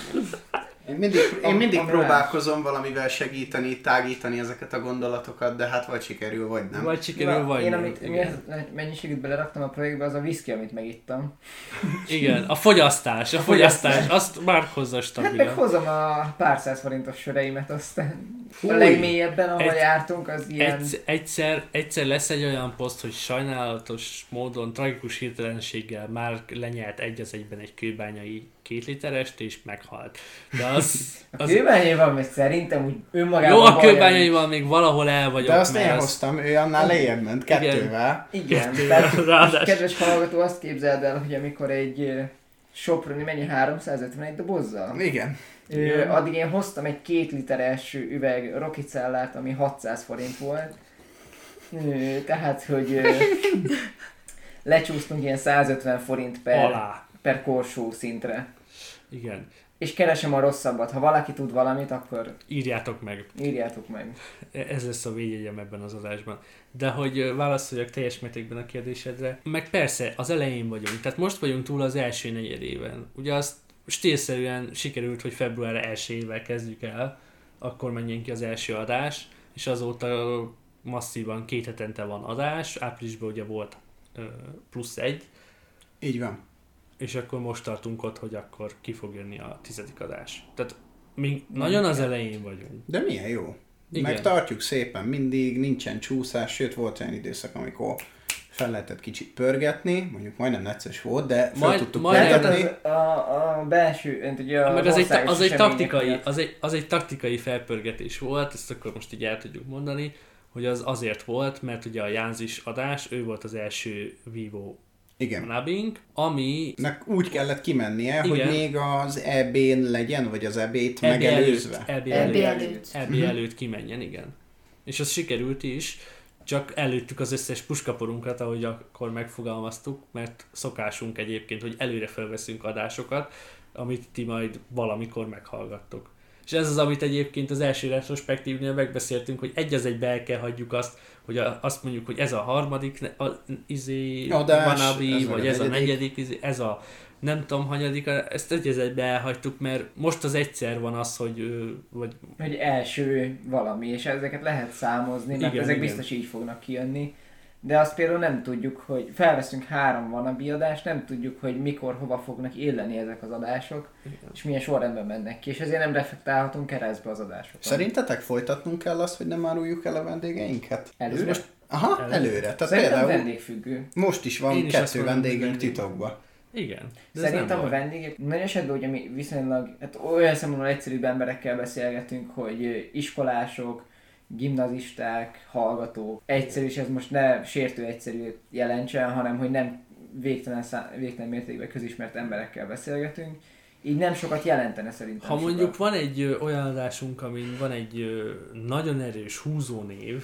Én mindig próbálkozom valamivel segíteni, tágítani ezeket a gondolatokat, de hát vagy sikerül, vagy nem. Vagy sikerül, vagy én nem. amit mennyiségűt beleraktam a projektbe, az a whisky, amit megittam. Igen, a fogyasztás, azt már hozza Hát stabilan. meg hozom a pár száz forintos söreimet, aztán Fúj. a legmélyebben, ahol Egy- jártunk, az ilyen... Egyszer lesz egy olyan poszt, hogy sajnálatos módon, tragikus hirtelenséggel már lenyelt egy az egyben egy kőbányai 2 literest, és meghalt. De az... A kőbányaival meg szerintem úgy önmagában... Jó, a baj, kőbányaival még valahol el vagyok. De azt én mert hoztam, ő annál lejjebb ment, 2-vel. Igen, Kettővel, tehát ráadásul. kedves hallgató, azt képzeld el, hogy amikor egy Soproni mennyi 351 dobozzal? Igen. Addig én hoztam egy 2 literes üveg Rockycellát, ami 600 forint volt. Tehát, hogy lecsúsztunk ilyen 150 forint Alá. per korsó szintre. Igen. És keresem a rosszabbat. Ha valaki tud valamit, akkor Írjátok meg. írjátok meg. Ez lesz a védjegyem ebben az adásban. De hogy válaszoljak teljes mértékben a kérdésedre, meg persze az elején vagyunk, tehát most vagyunk túl az első negyedében. Ugye azt stílszerűen sikerült, hogy február 1-ével kezdjük el, akkor menjen ki az első adás, és azóta masszívan 2 hetente van adás, áprilisban ugye volt +1, Így van. és akkor most tartunk ott, hogy akkor ki fog jönni a 10. adás. Tehát mi nagyon az elején vagyunk. De milyen jó. Igen. Megtartjuk szépen mindig, nincsen csúszás, sőt volt olyan időszak, amikor fel lehetett kicsit pörgetni, mondjuk majdnem necces volt, de fel tudtuk majdnem- Tehát pörgetni. a belső, ugye a Meg az egy országos taktikai, események az egy taktikai felpörgetés volt, ezt akkor most így el tudjuk mondani, hogy az azért volt, mert ugye a Jánzis adás, ő volt az első Vivo Igen. nubbing, ami Úgy kellett kimennie, Igen. hogy még az EB-n legyen, vagy az EB-t EB megelőzve. előtt, EB előtt. EB előtt kimenjen, igen. És az sikerült is, csak előttük az összes puskaporunkat, ahogy akkor megfogalmaztuk, mert szokásunk egyébként, hogy előre felveszünk adásokat, amit ti majd valamikor meghallgattok. És ez az, amit egyébként az első retrospektívnél megbeszéltünk, hogy egy az egybe el kell hagyjuk azt, hogy azt mondjuk, hogy ez a harmadik Wannabe, vagy ez a negyedik, ez a nem tudom hanyadik, ezt egy az egybe elhagytuk, mert most az egyszer van az, hogy első valami, és ezeket lehet számozni, mert ezek biztos így fognak kijönni. De azt például nem tudjuk, hogy felveszünk 3 Wannabe adást, nem tudjuk, hogy mikor, hova fognak illeni ezek az adások, és milyen sorrendben mennek ki, és ezért nem reflektálhatunk keresztbe az adásokon. Szerintetek folytatnunk kell azt, hogy nem áruljuk el a vendégeinket? Előre? Most... előre. Tehát szerintem például vendégfüggő. Most is van 2 vendégünk titokban. Igen. Szerintem a vendégek, nagy esetben ugye mi viszonylag olyan szempontból egyszerűbb emberekkel beszélgetünk, hogy iskolások, gimnazisták, hallgatók. Egyszerű, és ez most ne sértő egyszerű jelentsen, hanem hogy nem végtelen mértékben közismert emberekkel beszélgetünk. Így nem sokat jelentene szerintem. Ha mondjuk van egy olyan adásunk, amin van egy nagyon erős húzónév,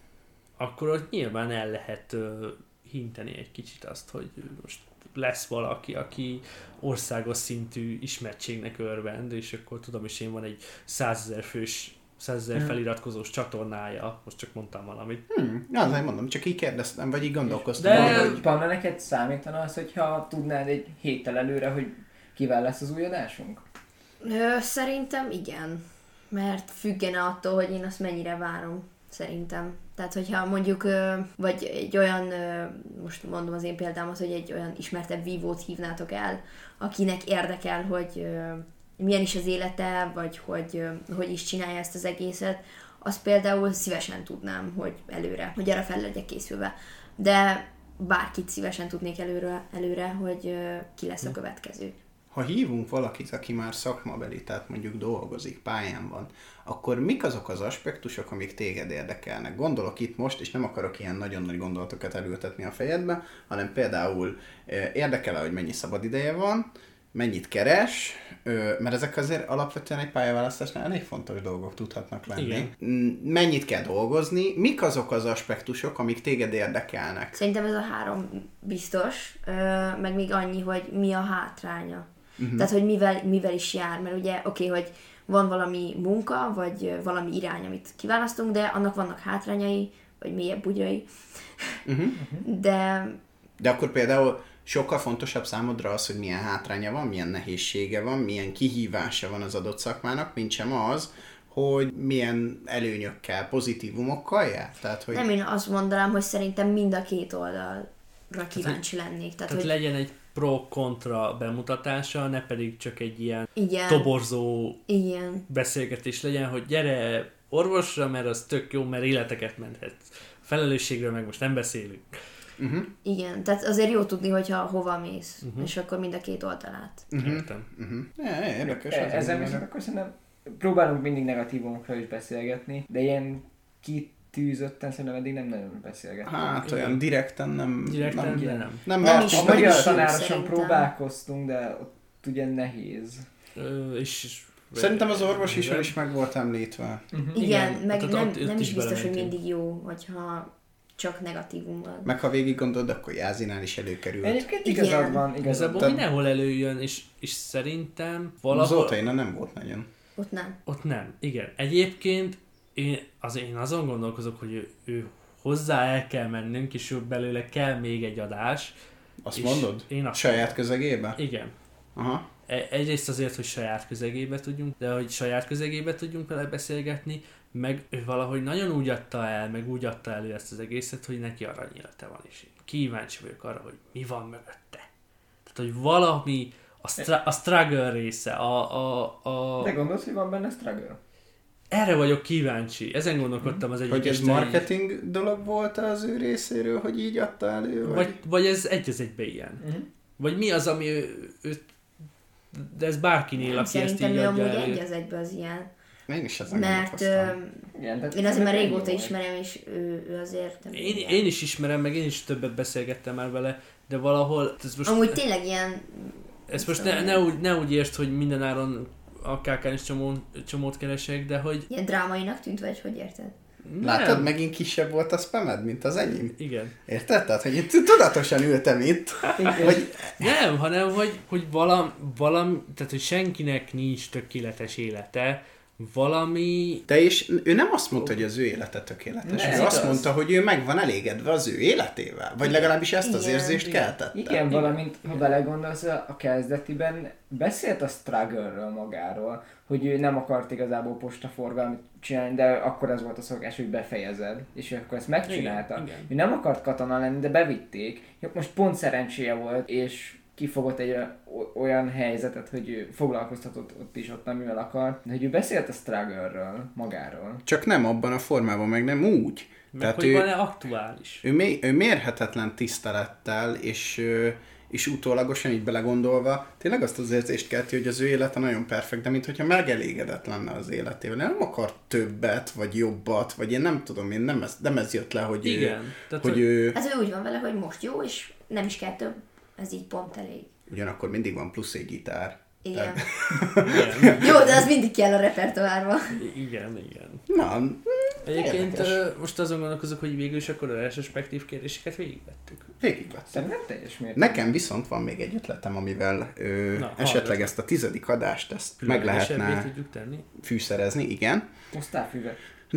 akkor ott nyilván el lehet hinteni egy kicsit azt, hogy most lesz valaki, aki országos szintű ismertségnek örvend, és akkor tudom is én van egy 100 000 fős 100 000 feliratkozós csatornája, most csak mondtam valamit. Azért mondom, csak így kérdeztem, vagy így gondolkoztam. De hogy Panna, neked számítana az, hogyha tudnád egy héttel előre, hogy kivel lesz az új adásunk? Szerintem igen, mert függene attól, hogy én azt mennyire várom, szerintem. Tehát, hogyha mondjuk, vagy egy olyan, most mondom az én példámat, hogy egy olyan ismertebb vívót hívnátok el, akinek érdekel, hogy milyen is az élete, vagy hogy is csinálja ezt az egészet, azt például szívesen tudnám, hogy előre, hogy arra fel legyek készülve. De bárkit szívesen tudnék előre, hogy ki lesz a következő. Ha hívunk valakit, aki már szakmabeli, tehát mondjuk dolgozik, pályán van, akkor mik azok az aspektusok, amik téged érdekelnek? Gondolok itt most, és nem akarok ilyen nagyon nagy gondolatokat elültetni a fejedbe, hanem például érdekel-e, hogy mennyi szabad ideje van, mennyit keres, mert ezek azért alapvetően egy pályaválasztásnál elég fontos dolgok tudhatnak lenni. Igen. Mennyit kell dolgozni, mik azok az aspektusok, amik téged érdekelnek? Szerintem ez a 3 biztos, meg még annyi, hogy mi a hátránya. Tehát, hogy mivel is jár, mert ugye oké, hogy van valami munka, vagy valami irány, amit kiválasztunk, de annak vannak hátrányai, vagy mélyebb bugrai. De akkor például sokkal fontosabb számodra az, hogy milyen hátránya van, milyen nehézsége van, milyen kihívása van az adott szakmának, mint sem az, hogy milyen előnyökkel, pozitívumokkal jár. Tehát, hogy... Nem, én azt mondanám, hogy szerintem mind a 2 oldalra kíváncsi lennék. Tehát hogy... legyen egy pro-kontra bemutatása, ne pedig csak egy ilyen igen. toborzó igen. beszélgetés legyen, hogy gyere orvosra, mert az tök jó, mert életeket menthet. Felelősségről meg most nem beszélünk. Igen, tehát azért jó tudni, hogyha hova mész, és akkor mind a 2 oldalát. Értem. Érdekes. Ezzel viszont akkor szerintem próbálunk mindig negatívumokról is beszélgetni, de ilyen kitűzötten szerintem eddig nem nagyon beszélgetünk. Hát olyan direkten nem. Nem a magyar tanárosan próbálkoztunk, de ott ugye nehéz. Szerintem az orvosisról is meg volt említve. Igen, meg nem is biztos, hogy mindig jó, hogyha csak negatívum van. Meg ha végig gondolod, akkor Jázinál is előkerült. Egyébként igazad van. Igazából mindenhol előjön, és szerintem valahol... Az Otaina nem volt nagyon. Ott nem. Igen. Egyébként én azon gondolkozok, hogy ő hozzá el kell mennünk, és belőle kell még egy adás. Azt mondod? Saját közegébe? Igen. Aha. Egyrészt azért, hogy saját közegébe tudjunk, de hogy saját közegébe tudjunk vele beszélgetni, meg ő valahogy nagyon úgy adta el, meg úgy adta elő ezt az egészet, hogy neki aranyélete van, és én kíváncsi vagyok arra, hogy mi van mögötte. Tehát, hogy valami, a struggle része, De gondolsz, hogy van benne struggle? Erre vagyok kíváncsi, ezen gondolkodtam az egyik. Hogy ez marketing dolog volt az ő részéről, hogy így adta elő? Vagy ez egy az egybe ilyen. Vagy mi az, ami őt, de ez bárkinél, aki ezt így adja elő. Szerintem amúgy egy az egybe az ilyen. Én is ezen mert én azért már régóta ismerem, és ő azért... Én is ismerem, meg én is többet beszélgettem már vele, de valahol... Most, amúgy tényleg ilyen... Ezt most ne úgy értsd, hogy mindenáron a KK-n is csomót keresek, de hogy... Ilyen drámainak tűnt, vagy hogy érted? Látod, megint kisebb volt a spamed, mint az enyém? Igen. Érted? Tehát, hogy itt tudatosan ültem itt, hogy Nem, hanem, hogy tehát, hogy senkinek nincs tökéletes élete, valami... de és ő nem azt mondta, hogy az ő élete tökéletes. Nem, Ő azt igaz. mondta, hogy ő meg van elégedve az ő életével. Vagy legalábbis ezt az Igen. érzést keltette. Igen, valamint, ha belegondolsz, a kezdetiben beszélt a struggle-ről magáról, hogy ő nem akart igazából postaforgalmat csinálni, de akkor ez volt a szokás, hogy befejezed, és ő akkor ezt megcsinálta. Igen, igen. Ő nem akart katona lenni, de bevitték. Most pont szerencséje volt, és kifogott egy olyan helyzetet, hogy ő foglalkoztatott ott is, ott amivel akar, de hogy ő beszélt a struggle-ről magáról. Csak nem abban a formában, meg nem úgy. Meg Tehát hogy van-e aktuális? ő mérhetetlen tisztelettel, és utólagosan így belegondolva, tényleg azt az érzést kelti, hogy az ő élete nagyon perfekt, de mintha megelégedett lenne az életével. Nem akar többet, vagy jobbat, vagy én nem tudom, nem ez jött le, hogy Igen. Tehát, hogy ő Hát ő úgy van vele, hogy most jó, és nem is kell több. Ez így pont elég. ugyanakkor mindig van plusz egy gitár. Igen. Igen. Jó, de az mindig kell a repertoárba. Igen. Na, Egyébként Érdekes. most azon gondolkozok, hogy végül is akkor a retrospektív kérdéseket végigvettük. végigvettem. Szerintem nem teljes mértékben. Nekem viszont van még egy ötletem, amivel Na, esetleg hallgatlak. ezt a 10. adást ezt meg Különlegesebbé lehetne tudjuk tenni. fűszerezni, igen. Hoztál füvet?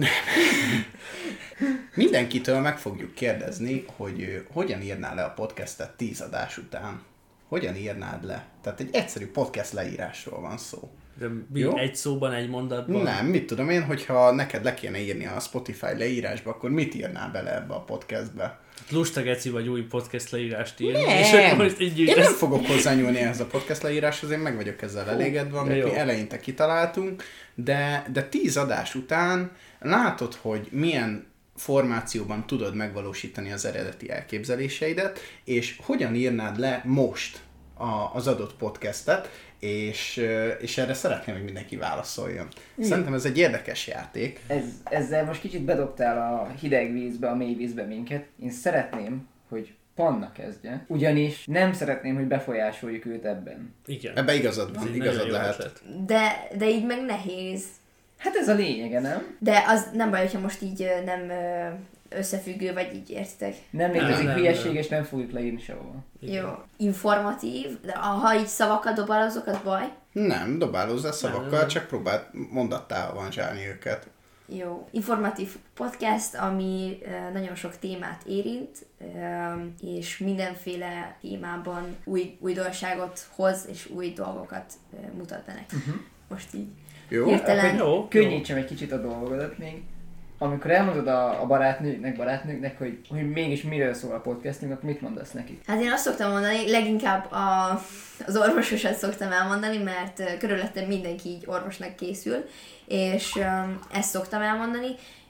Mindenkitől meg fogjuk kérdezni, hogy hogyan írnál le a podcastet 10 adás után. Hogyan írnád le? Tehát egy egyszerű podcast leírásról van szó. De Jó. egy szóban, egy mondatban. Nem, mit tudom én, hogyha neked le kéne írni a Spotify leírásba, akkor mit írnál bele ebbe a podcastbe? Lusta geci vagy új podcast leírást írni. Nem. És akkor most így Én nem fogok hozzányúlni ehhez a podcast leíráshoz, én meg vagyok ezzel elégedve, amit jó. mi eleinte kitaláltunk, de 10 adás után látod, hogy milyen formációban tudod megvalósítani az eredeti elképzeléseidet, és hogyan írnád le most az adott podcastet, és erre szeretném, hogy mindenki válaszoljon. Szerintem ez egy érdekes játék. Ezzel most kicsit bedobtál a hideg vízbe, a mély vízbe minket. Én szeretném, hogy Panna kezdje, ugyanis nem szeretném, hogy befolyásoljuk őt ebben. Igen. Ebbe igazad Ez van, egy igazad nagyon jó lehet. ötlet. De így meg nehéz. Hát ez a lényege, nem? De az nem baj, hogyha most így nem összefüggő, vagy így értitek. Nem létezik nem, hülyeség, nem. és nem fogjuk leírni sehova. Igen. Jó. Informatív, de ha így szavakat dobálozok, az baj. Nem, dobálózzál szavakkal, nem. csak próbáld mondattá avanzsálni őket. Jó. Informatív podcast, ami nagyon sok témát érint, és mindenféle témában új újdonságot hoz, és új dolgokat mutat be nekünk. Most így. Jó? Hirtelen. Jó. Könnyítsem egy kicsit a dolgodat még. Amikor elmondod a barátnőknek, hogy mégis miről szól a podcastünk, akkor mit mondasz nekik? Hát én azt szoktam mondani, leginkább az orvososat szoktam elmondani, mert körülöttem mindenki így orvosnak készül, és ezt szoktam elmondani,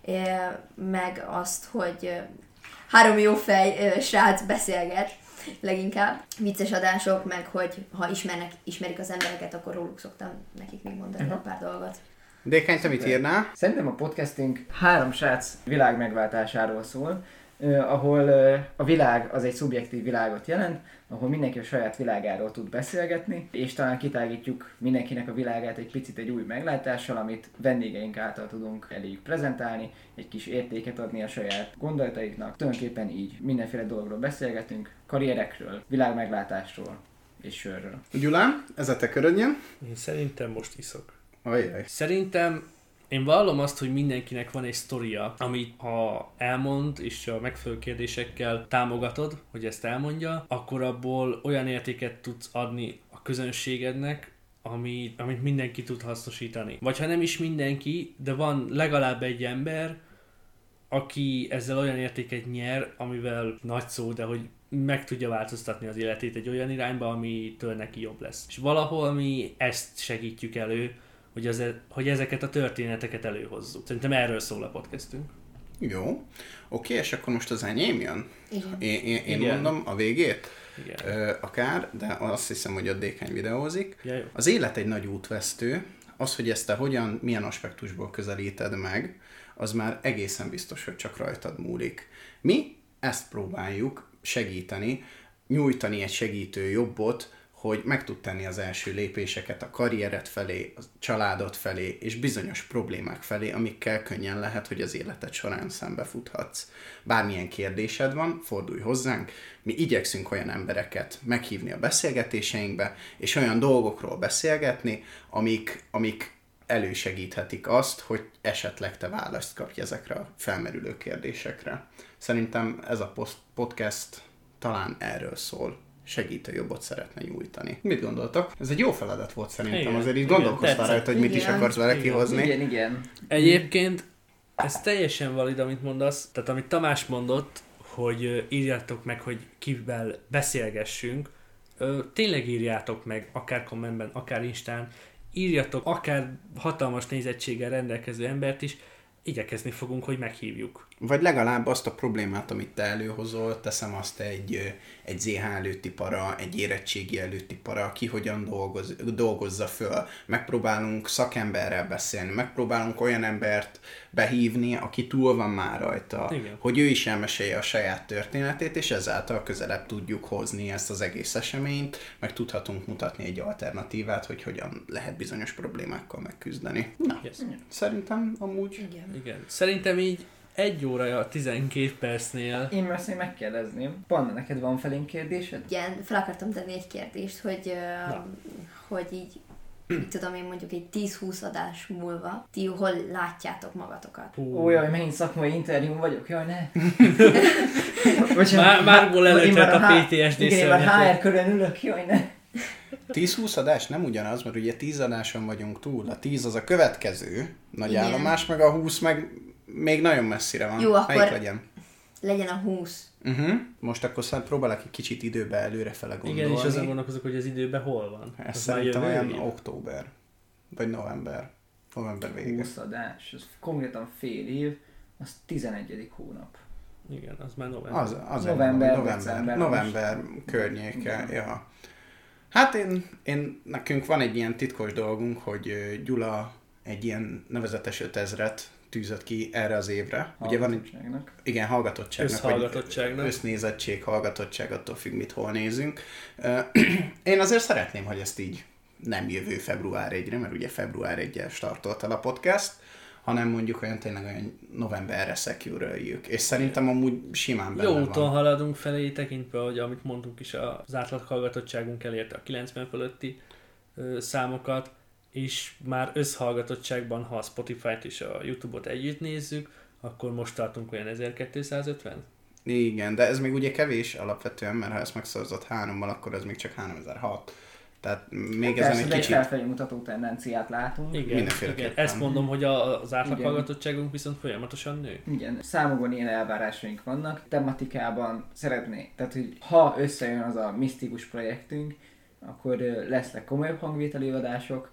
meg azt, hogy 3 jó fej srác beszélget, leginkább. Vicces adások, meg hogy ha ismerik az embereket, akkor róluk szoktam nekik még mondani egy pár dolgot. Dékány, te mit írnál? Szerintem a podcastünk 3 srác világ megváltásáról szól, ahol a világ az egy szubjektív világot jelent, ahol mindenki a saját világáról tud beszélgetni, és talán kitágítjuk mindenkinek a világát egy picit egy új meglátással, amit vendégeink által tudunk eléjük prezentálni, egy kis értéket adni a saját gondolataiknak. Tulajdonképpen így mindenféle dologról beszélgetünk, karrierekről, világmeglátásról és sörről. Gyulán, ez a te körödjön? Én szerintem most iszok. Ajjaj. Szerintem én vallom azt, hogy mindenkinek van egy sztoria, amit ha elmond, és a megfelelő kérdésekkel támogatod, hogy ezt elmondja, akkor abból olyan értéket tudsz adni a közönségednek, amit mindenki tud hasznosítani. Vagy ha nem is mindenki, de van legalább egy ember, aki ezzel olyan értéket nyer, amivel nagy szó, de hogy meg tudja változtatni az életét egy olyan irányba, amitől neki jobb lesz. És valahol mi ezt segítjük elő, hogy ezeket a történeteket előhozzuk. Szerintem erről szól a podcastünk. Jó. Oké, és akkor most az enyém jön? Igen. Én Igen. mondom a végét? Igen. Akár, de azt hiszem, hogy a Dékány videózik. Ja, jó. Az élet egy nagy útvesztő. Az, hogy ezt te milyen aspektusból közelíted meg, az már egészen biztos, hogy csak rajtad múlik. Mi ezt próbáljuk segíteni, nyújtani egy segítő jobbot, hogy meg tud tenni az első lépéseket a karriered felé, a családod felé, és bizonyos problémák felé, amikkel könnyen lehet, hogy az életed során szembefuthatsz. Bármilyen kérdésed van, fordulj hozzánk, mi igyekszünk olyan embereket meghívni a beszélgetéseinkbe, és olyan dolgokról beszélgetni, amik elősegíthetik azt, hogy esetleg te választ kapj ezekre a felmerülő kérdésekre. Szerintem ez a podcast talán erről szól. Segítő jobbot szeretne nyújtani. Mit gondoltok? Ez egy jó feladat volt szerintem, igen, azért így gondolkoztál rajta, hogy mit is akarsz vele kihozni. Igen. Egyébként ez teljesen valid, amit mondasz, tehát amit Tamás mondott, hogy írjátok meg, hogy kivel beszélgessünk, tényleg írjátok meg, akár kommentben, akár Instán, írjatok akár hatalmas nézettséggel rendelkező embert is, igyekezni fogunk, hogy meghívjuk. Vagy legalább azt a problémát, amit te előhozol, teszem azt egy ZH előtti para, egy érettségi előtti para, ki hogyan dolgozza föl. Megpróbálunk szakemberrel beszélni, megpróbálunk olyan embert behívni, aki túl van már rajta, igen, hogy ő is elmesélje a saját történetét, és ezáltal közelebb tudjuk hozni ezt az egész eseményt, meg tudhatunk mutatni egy alternatívát, hogy hogyan lehet bizonyos problémákkal megküzdeni. Na, yes. Szerintem amúgy... Igen. Szerintem így 1 óra 12 percnél. Én ezt még megkérdezném. Panna, neked van felénk kérdésed? Igen, fel akartam tenni egy kérdést, hogy így, tudom én mondjuk egy 10-20 adás múlva, ti hol látjátok magatokat? Ó, jaj, megint szakmai interjún vagyok, jaj, ne! Márból előtett a PTSD igen, én már HR körön ülök, jaj, ne! 10-20 adás nem ugyanaz, mert ugye 10 adáson vagyunk túl. A 10 az a következő nagy igen, állomás, meg a 20 meg még nagyon messzire van. Jó, akkor melyik legyen? Legyen a 20. Most akkor próbálok egy kicsit időbe előrefele gondolni. Igen, és azon gondolkozok, hogy az időben hol van. Ez szerintem olyan október, vagy november vége. 20 adás, ez konkrétan fél év, az 11. hónap. Igen, az már november. Az november környéke, ja. Hát nekünk van egy ilyen titkos dolgunk, hogy Gyula egy ilyen nevezetes 5000-et tűzött ki erre az évre. Ugye van egy, igen, hallgatottságnak. Össznézettség, hallgatottság, attól függ, mit hol nézünk. Én azért szeretném, hogy ezt így nem jövő február 1-re, mert ugye február 1-jel startolt el a podcast, hanem mondjuk olyan novemberre secure-öljük. És szerintem amúgy simán benne van. Jó úton haladunk felé, tekintve, hogy amit mondtunk is, az átlag hallgatottságunk elérte a 90 fölötti számokat, és már összhallgatottságban, ha a Spotify-t és a YouTube-ot együtt nézzük, akkor most tartunk olyan 1250? Igen, de ez még ugye kevés alapvetően, mert ha ezt megszorozott 3-mal, akkor ez még csak 3006. Tehát még ezen egy kicsit... felfelé mutató tendenciát látunk. Igen. Ezt mondom, hogy az átlaghallgatottságunk viszont folyamatosan nő. Igen, számokban ilyen elvárásaink vannak. Tematikában szeretnék, tehát hogy ha összejön az a misztikus projektünk, akkor lesznek komolyabb hangvételi adások,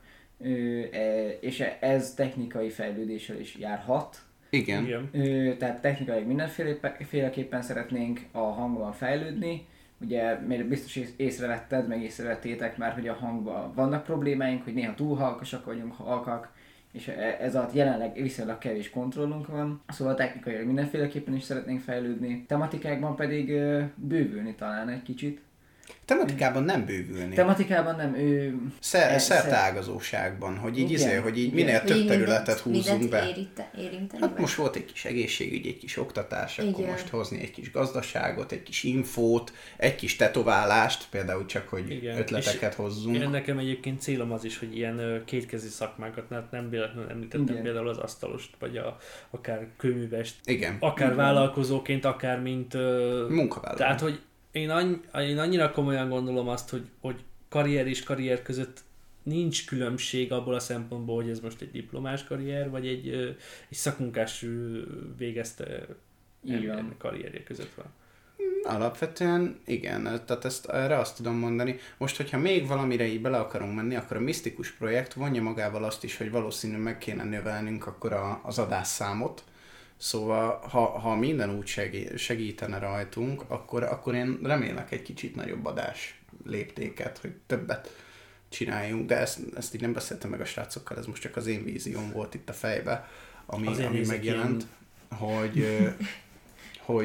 és ez technikai fejlődéssel is járhat. Igen. Tehát technikailag mindenféleképpen szeretnénk a hangban fejlődni. Ugye biztos észrevetted, meg észrevettétek már, hogy a hangban vannak problémáink, hogy néha túl halkasak vagyunk, halkak, és ez alatt jelenleg viszonylag kevés kontrollunk van. Szóval technikailag mindenféleképpen is szeretnénk fejlődni. Tematikákban pedig bővülni talán egy kicsit. Tematikában nem bővülni. Tematikában nem, szerteágazóságban, hogy így hogy így minél több területet húzzunk be. Hát most volt egy kis egészségügy, egy kis oktatás, akkor most hozni egy kis gazdaságot, egy kis infót, egy kis tetoválást, például csak, hogy ötleteket hozzunk. Én nekem egyébként célom az is, hogy ilyen kétkezi szakmákat, nem véletlenül említettem például az asztalost, vagy akár kőművest, akár vállalkozóként, akár mint munkavállaló. Tehát, hogy én annyira komolyan gondolom azt, hogy karrier és karrier között nincs különbség abból a szempontból, hogy ez most egy diplomás karrier, vagy egy szakmunkás végezte karrierje között van. Alapvetően igen, tehát erre azt tudom mondani. Most, hogyha még valamire így bele akarunk menni, akkor a misztikus projekt vonja magával azt is, hogy valószínűleg meg kéne növelnünk akkor az adásszámot. Szóval, ha minden úgy segítene rajtunk, akkor én remélek egy kicsit nagyobb adás léptéket, hogy többet csináljunk, de ezt így nem beszéltem meg a srácokkal, ez most csak az én vízióm volt itt a fejbe, ami megjelent, hogy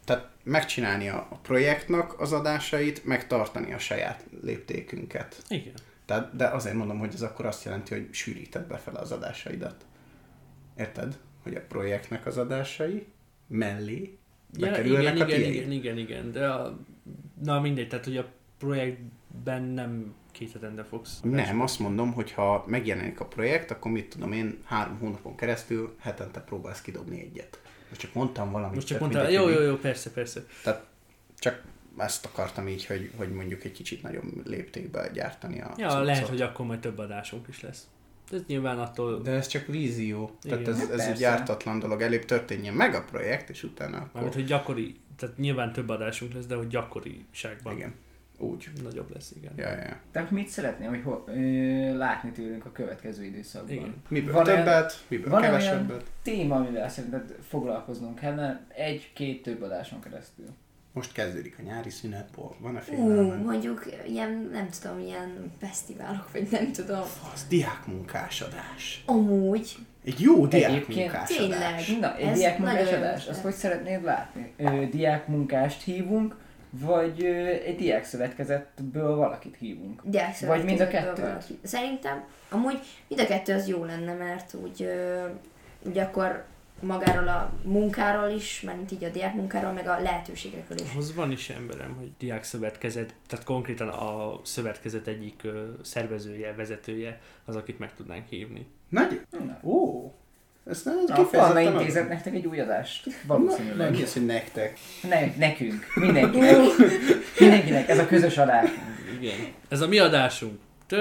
Tehát megcsinálni a projektnak az adásait, megtartani a saját léptékünket. Igen. Tehát, de azért mondom, hogy ez akkor azt jelenti, hogy sűríted befele az adásaidat. Érted? Hogy a projektnek az adásai mellé bekerülnek a tiéd. Igen. De na mindegy, tehát hogy a projektben nem 2 hetente fogsz. Nem, azt mondom, hogy ha megjelenik a projekt, akkor mit tudom én, 3 hónapon keresztül hetente próbálsz kidobni egyet. Most csak mondtam valamit. Most csak mondtál, jó, persze. Tehát csak ezt akartam így, hogy mondjuk egy kicsit nagyobb léptékben gyártani a cuccot. Lehet, hogy akkor majd több adásunk is lesz. Ez nyilván attól... De ez csak vízió. Igen. Tehát ez egy gyártatlan dolog. Előbb történjen meg a projekt, és utána akkor... Mármint, hogy gyakori, tehát nyilván több adásunk lesz, de hogy gyakoriságban Igen. Úgy. nagyobb lesz, igen. Ja. Tehát mit szeretném, hogy látni tőlünk a következő időszakban? Igen. Miből Van többet, miből van kevesebbet. olyan téma, amivel szerinted foglalkoznunk kellene 1-2 több adáson keresztül? Most kezdődik a nyári szünet, van-e félelem? Mondjuk ilyen, nem tudom, ilyen fesztiválok, vagy nem tudom. Az diákmunkás adás. Amúgy. Egy jó Egyébként diákmunkás tényleg. adás. Na, egy Ez diákmunkás nagyon adás, jó. azt hogy szeretnéd látni? Diákmunkást hívunk, vagy egy diákszövetkezetből valakit hívunk? Vagy mind a kettőt? Valaki. Szerintem amúgy mind a kettő az jó lenne, mert úgy akkor magáról a munkáról is, mert így a diákmunkáról, meg a lehetőségekről is. Ahhoz van is emberem, hogy diákszövetkezet, tehát konkrétan a szövetkezet egyik szervezője, vezetője az, akit meg tudnánk hívni. Nagy? Na. Ó! Ezt nem A Falna Intézet nektek egy új adást? Valószínűleg. Nem kész, hogy nektek. Nekünk. Mindenkinek. Mindenkinek. Ez a közös adás. Igen. Ez a mi adásunk.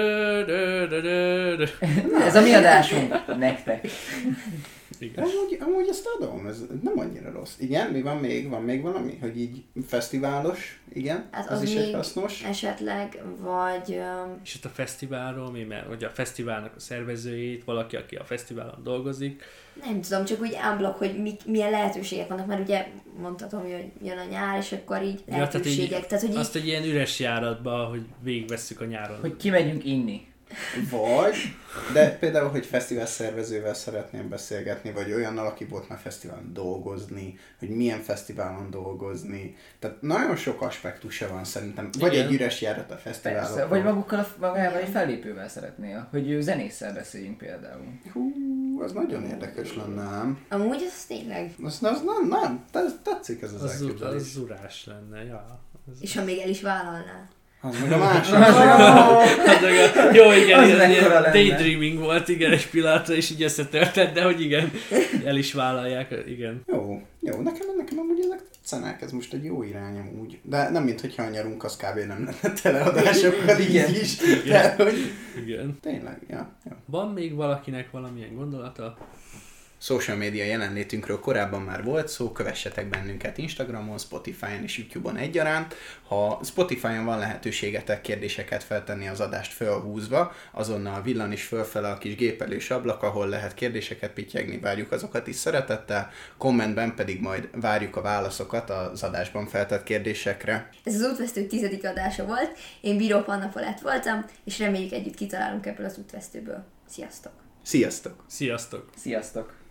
Ez a mi adásunk. Nektek. Igen. Amúgy ezt adom, ez nem annyira rossz. Igen, mi van még? Van még valami? Hogy így fesztiválos, igen, Hát az is még egy hasznos. esetleg, vagy És itt a fesztiválról, hogy a fesztiválnak a szervezőjét, valaki, aki a fesztiválon dolgozik. nem tudom, csak úgy unblock, hogy milyen lehetőségek vannak, mert ugye mondhatom, hogy jön a nyár, és akkor így lehetőségek. Tehát, hogy azt egy ilyen üres járatba, hogy végigvesszük a nyáron. Hogy kimegyünk inni. Vagy, de például, hogy fesztivál szervezővel szeretném beszélgetni, vagy olyannal, aki volt már fesztiválon dolgozni, hogy milyen fesztiválon dolgozni. Tehát nagyon sok aspektusa van szerintem. Vagy Igen. egy üres járat a fesztiválokon. Persze. Vagy magával egy fellépővel szeretnél. Hogy zenésszel beszéljünk például. Hú, az nagyon érdekes lenne, nem? amúgy ez tényleg. Az nem, tetszik ez az az elképzelés. zurás lenne, ja. És ha még el is vállalná. Az meg a másik. Jó, igen, Az ez mekkora ilyen lenne. daydreaming volt, igen, egy pillanatra, és így összetörtett, de hogy igen, el is vállalják, igen. Jó, nekem amúgy ezek tetszenek, ez most egy jó irány amúgy. De nem minthogyha a nyarunk az kb. Nem lenne teleadásokkal így is. De hogy... Igen. Tényleg, ja. Van még valakinek valamilyen gondolata? Social média jelenlétünkről korábban már volt szó, kövessetek bennünket Instagramon, Spotify-on és YouTube-on egyaránt. Ha Spotify-on van lehetőségetek kérdéseket feltenni az adást fölhúzva, azonnal villan is fölfele a kis gépelős ablak, ahol lehet kérdéseket pittyegni, várjuk azokat is szeretettel, kommentben pedig majd várjuk a válaszokat az adásban feltett kérdésekre. Ez az útvesztő 10. adása volt, én Bíró Panna Palett voltam, és reméljük együtt kitalálunk ebből az útvesztőből. Sziasztok! Sziasztok! Sziasztok! Sziasztok!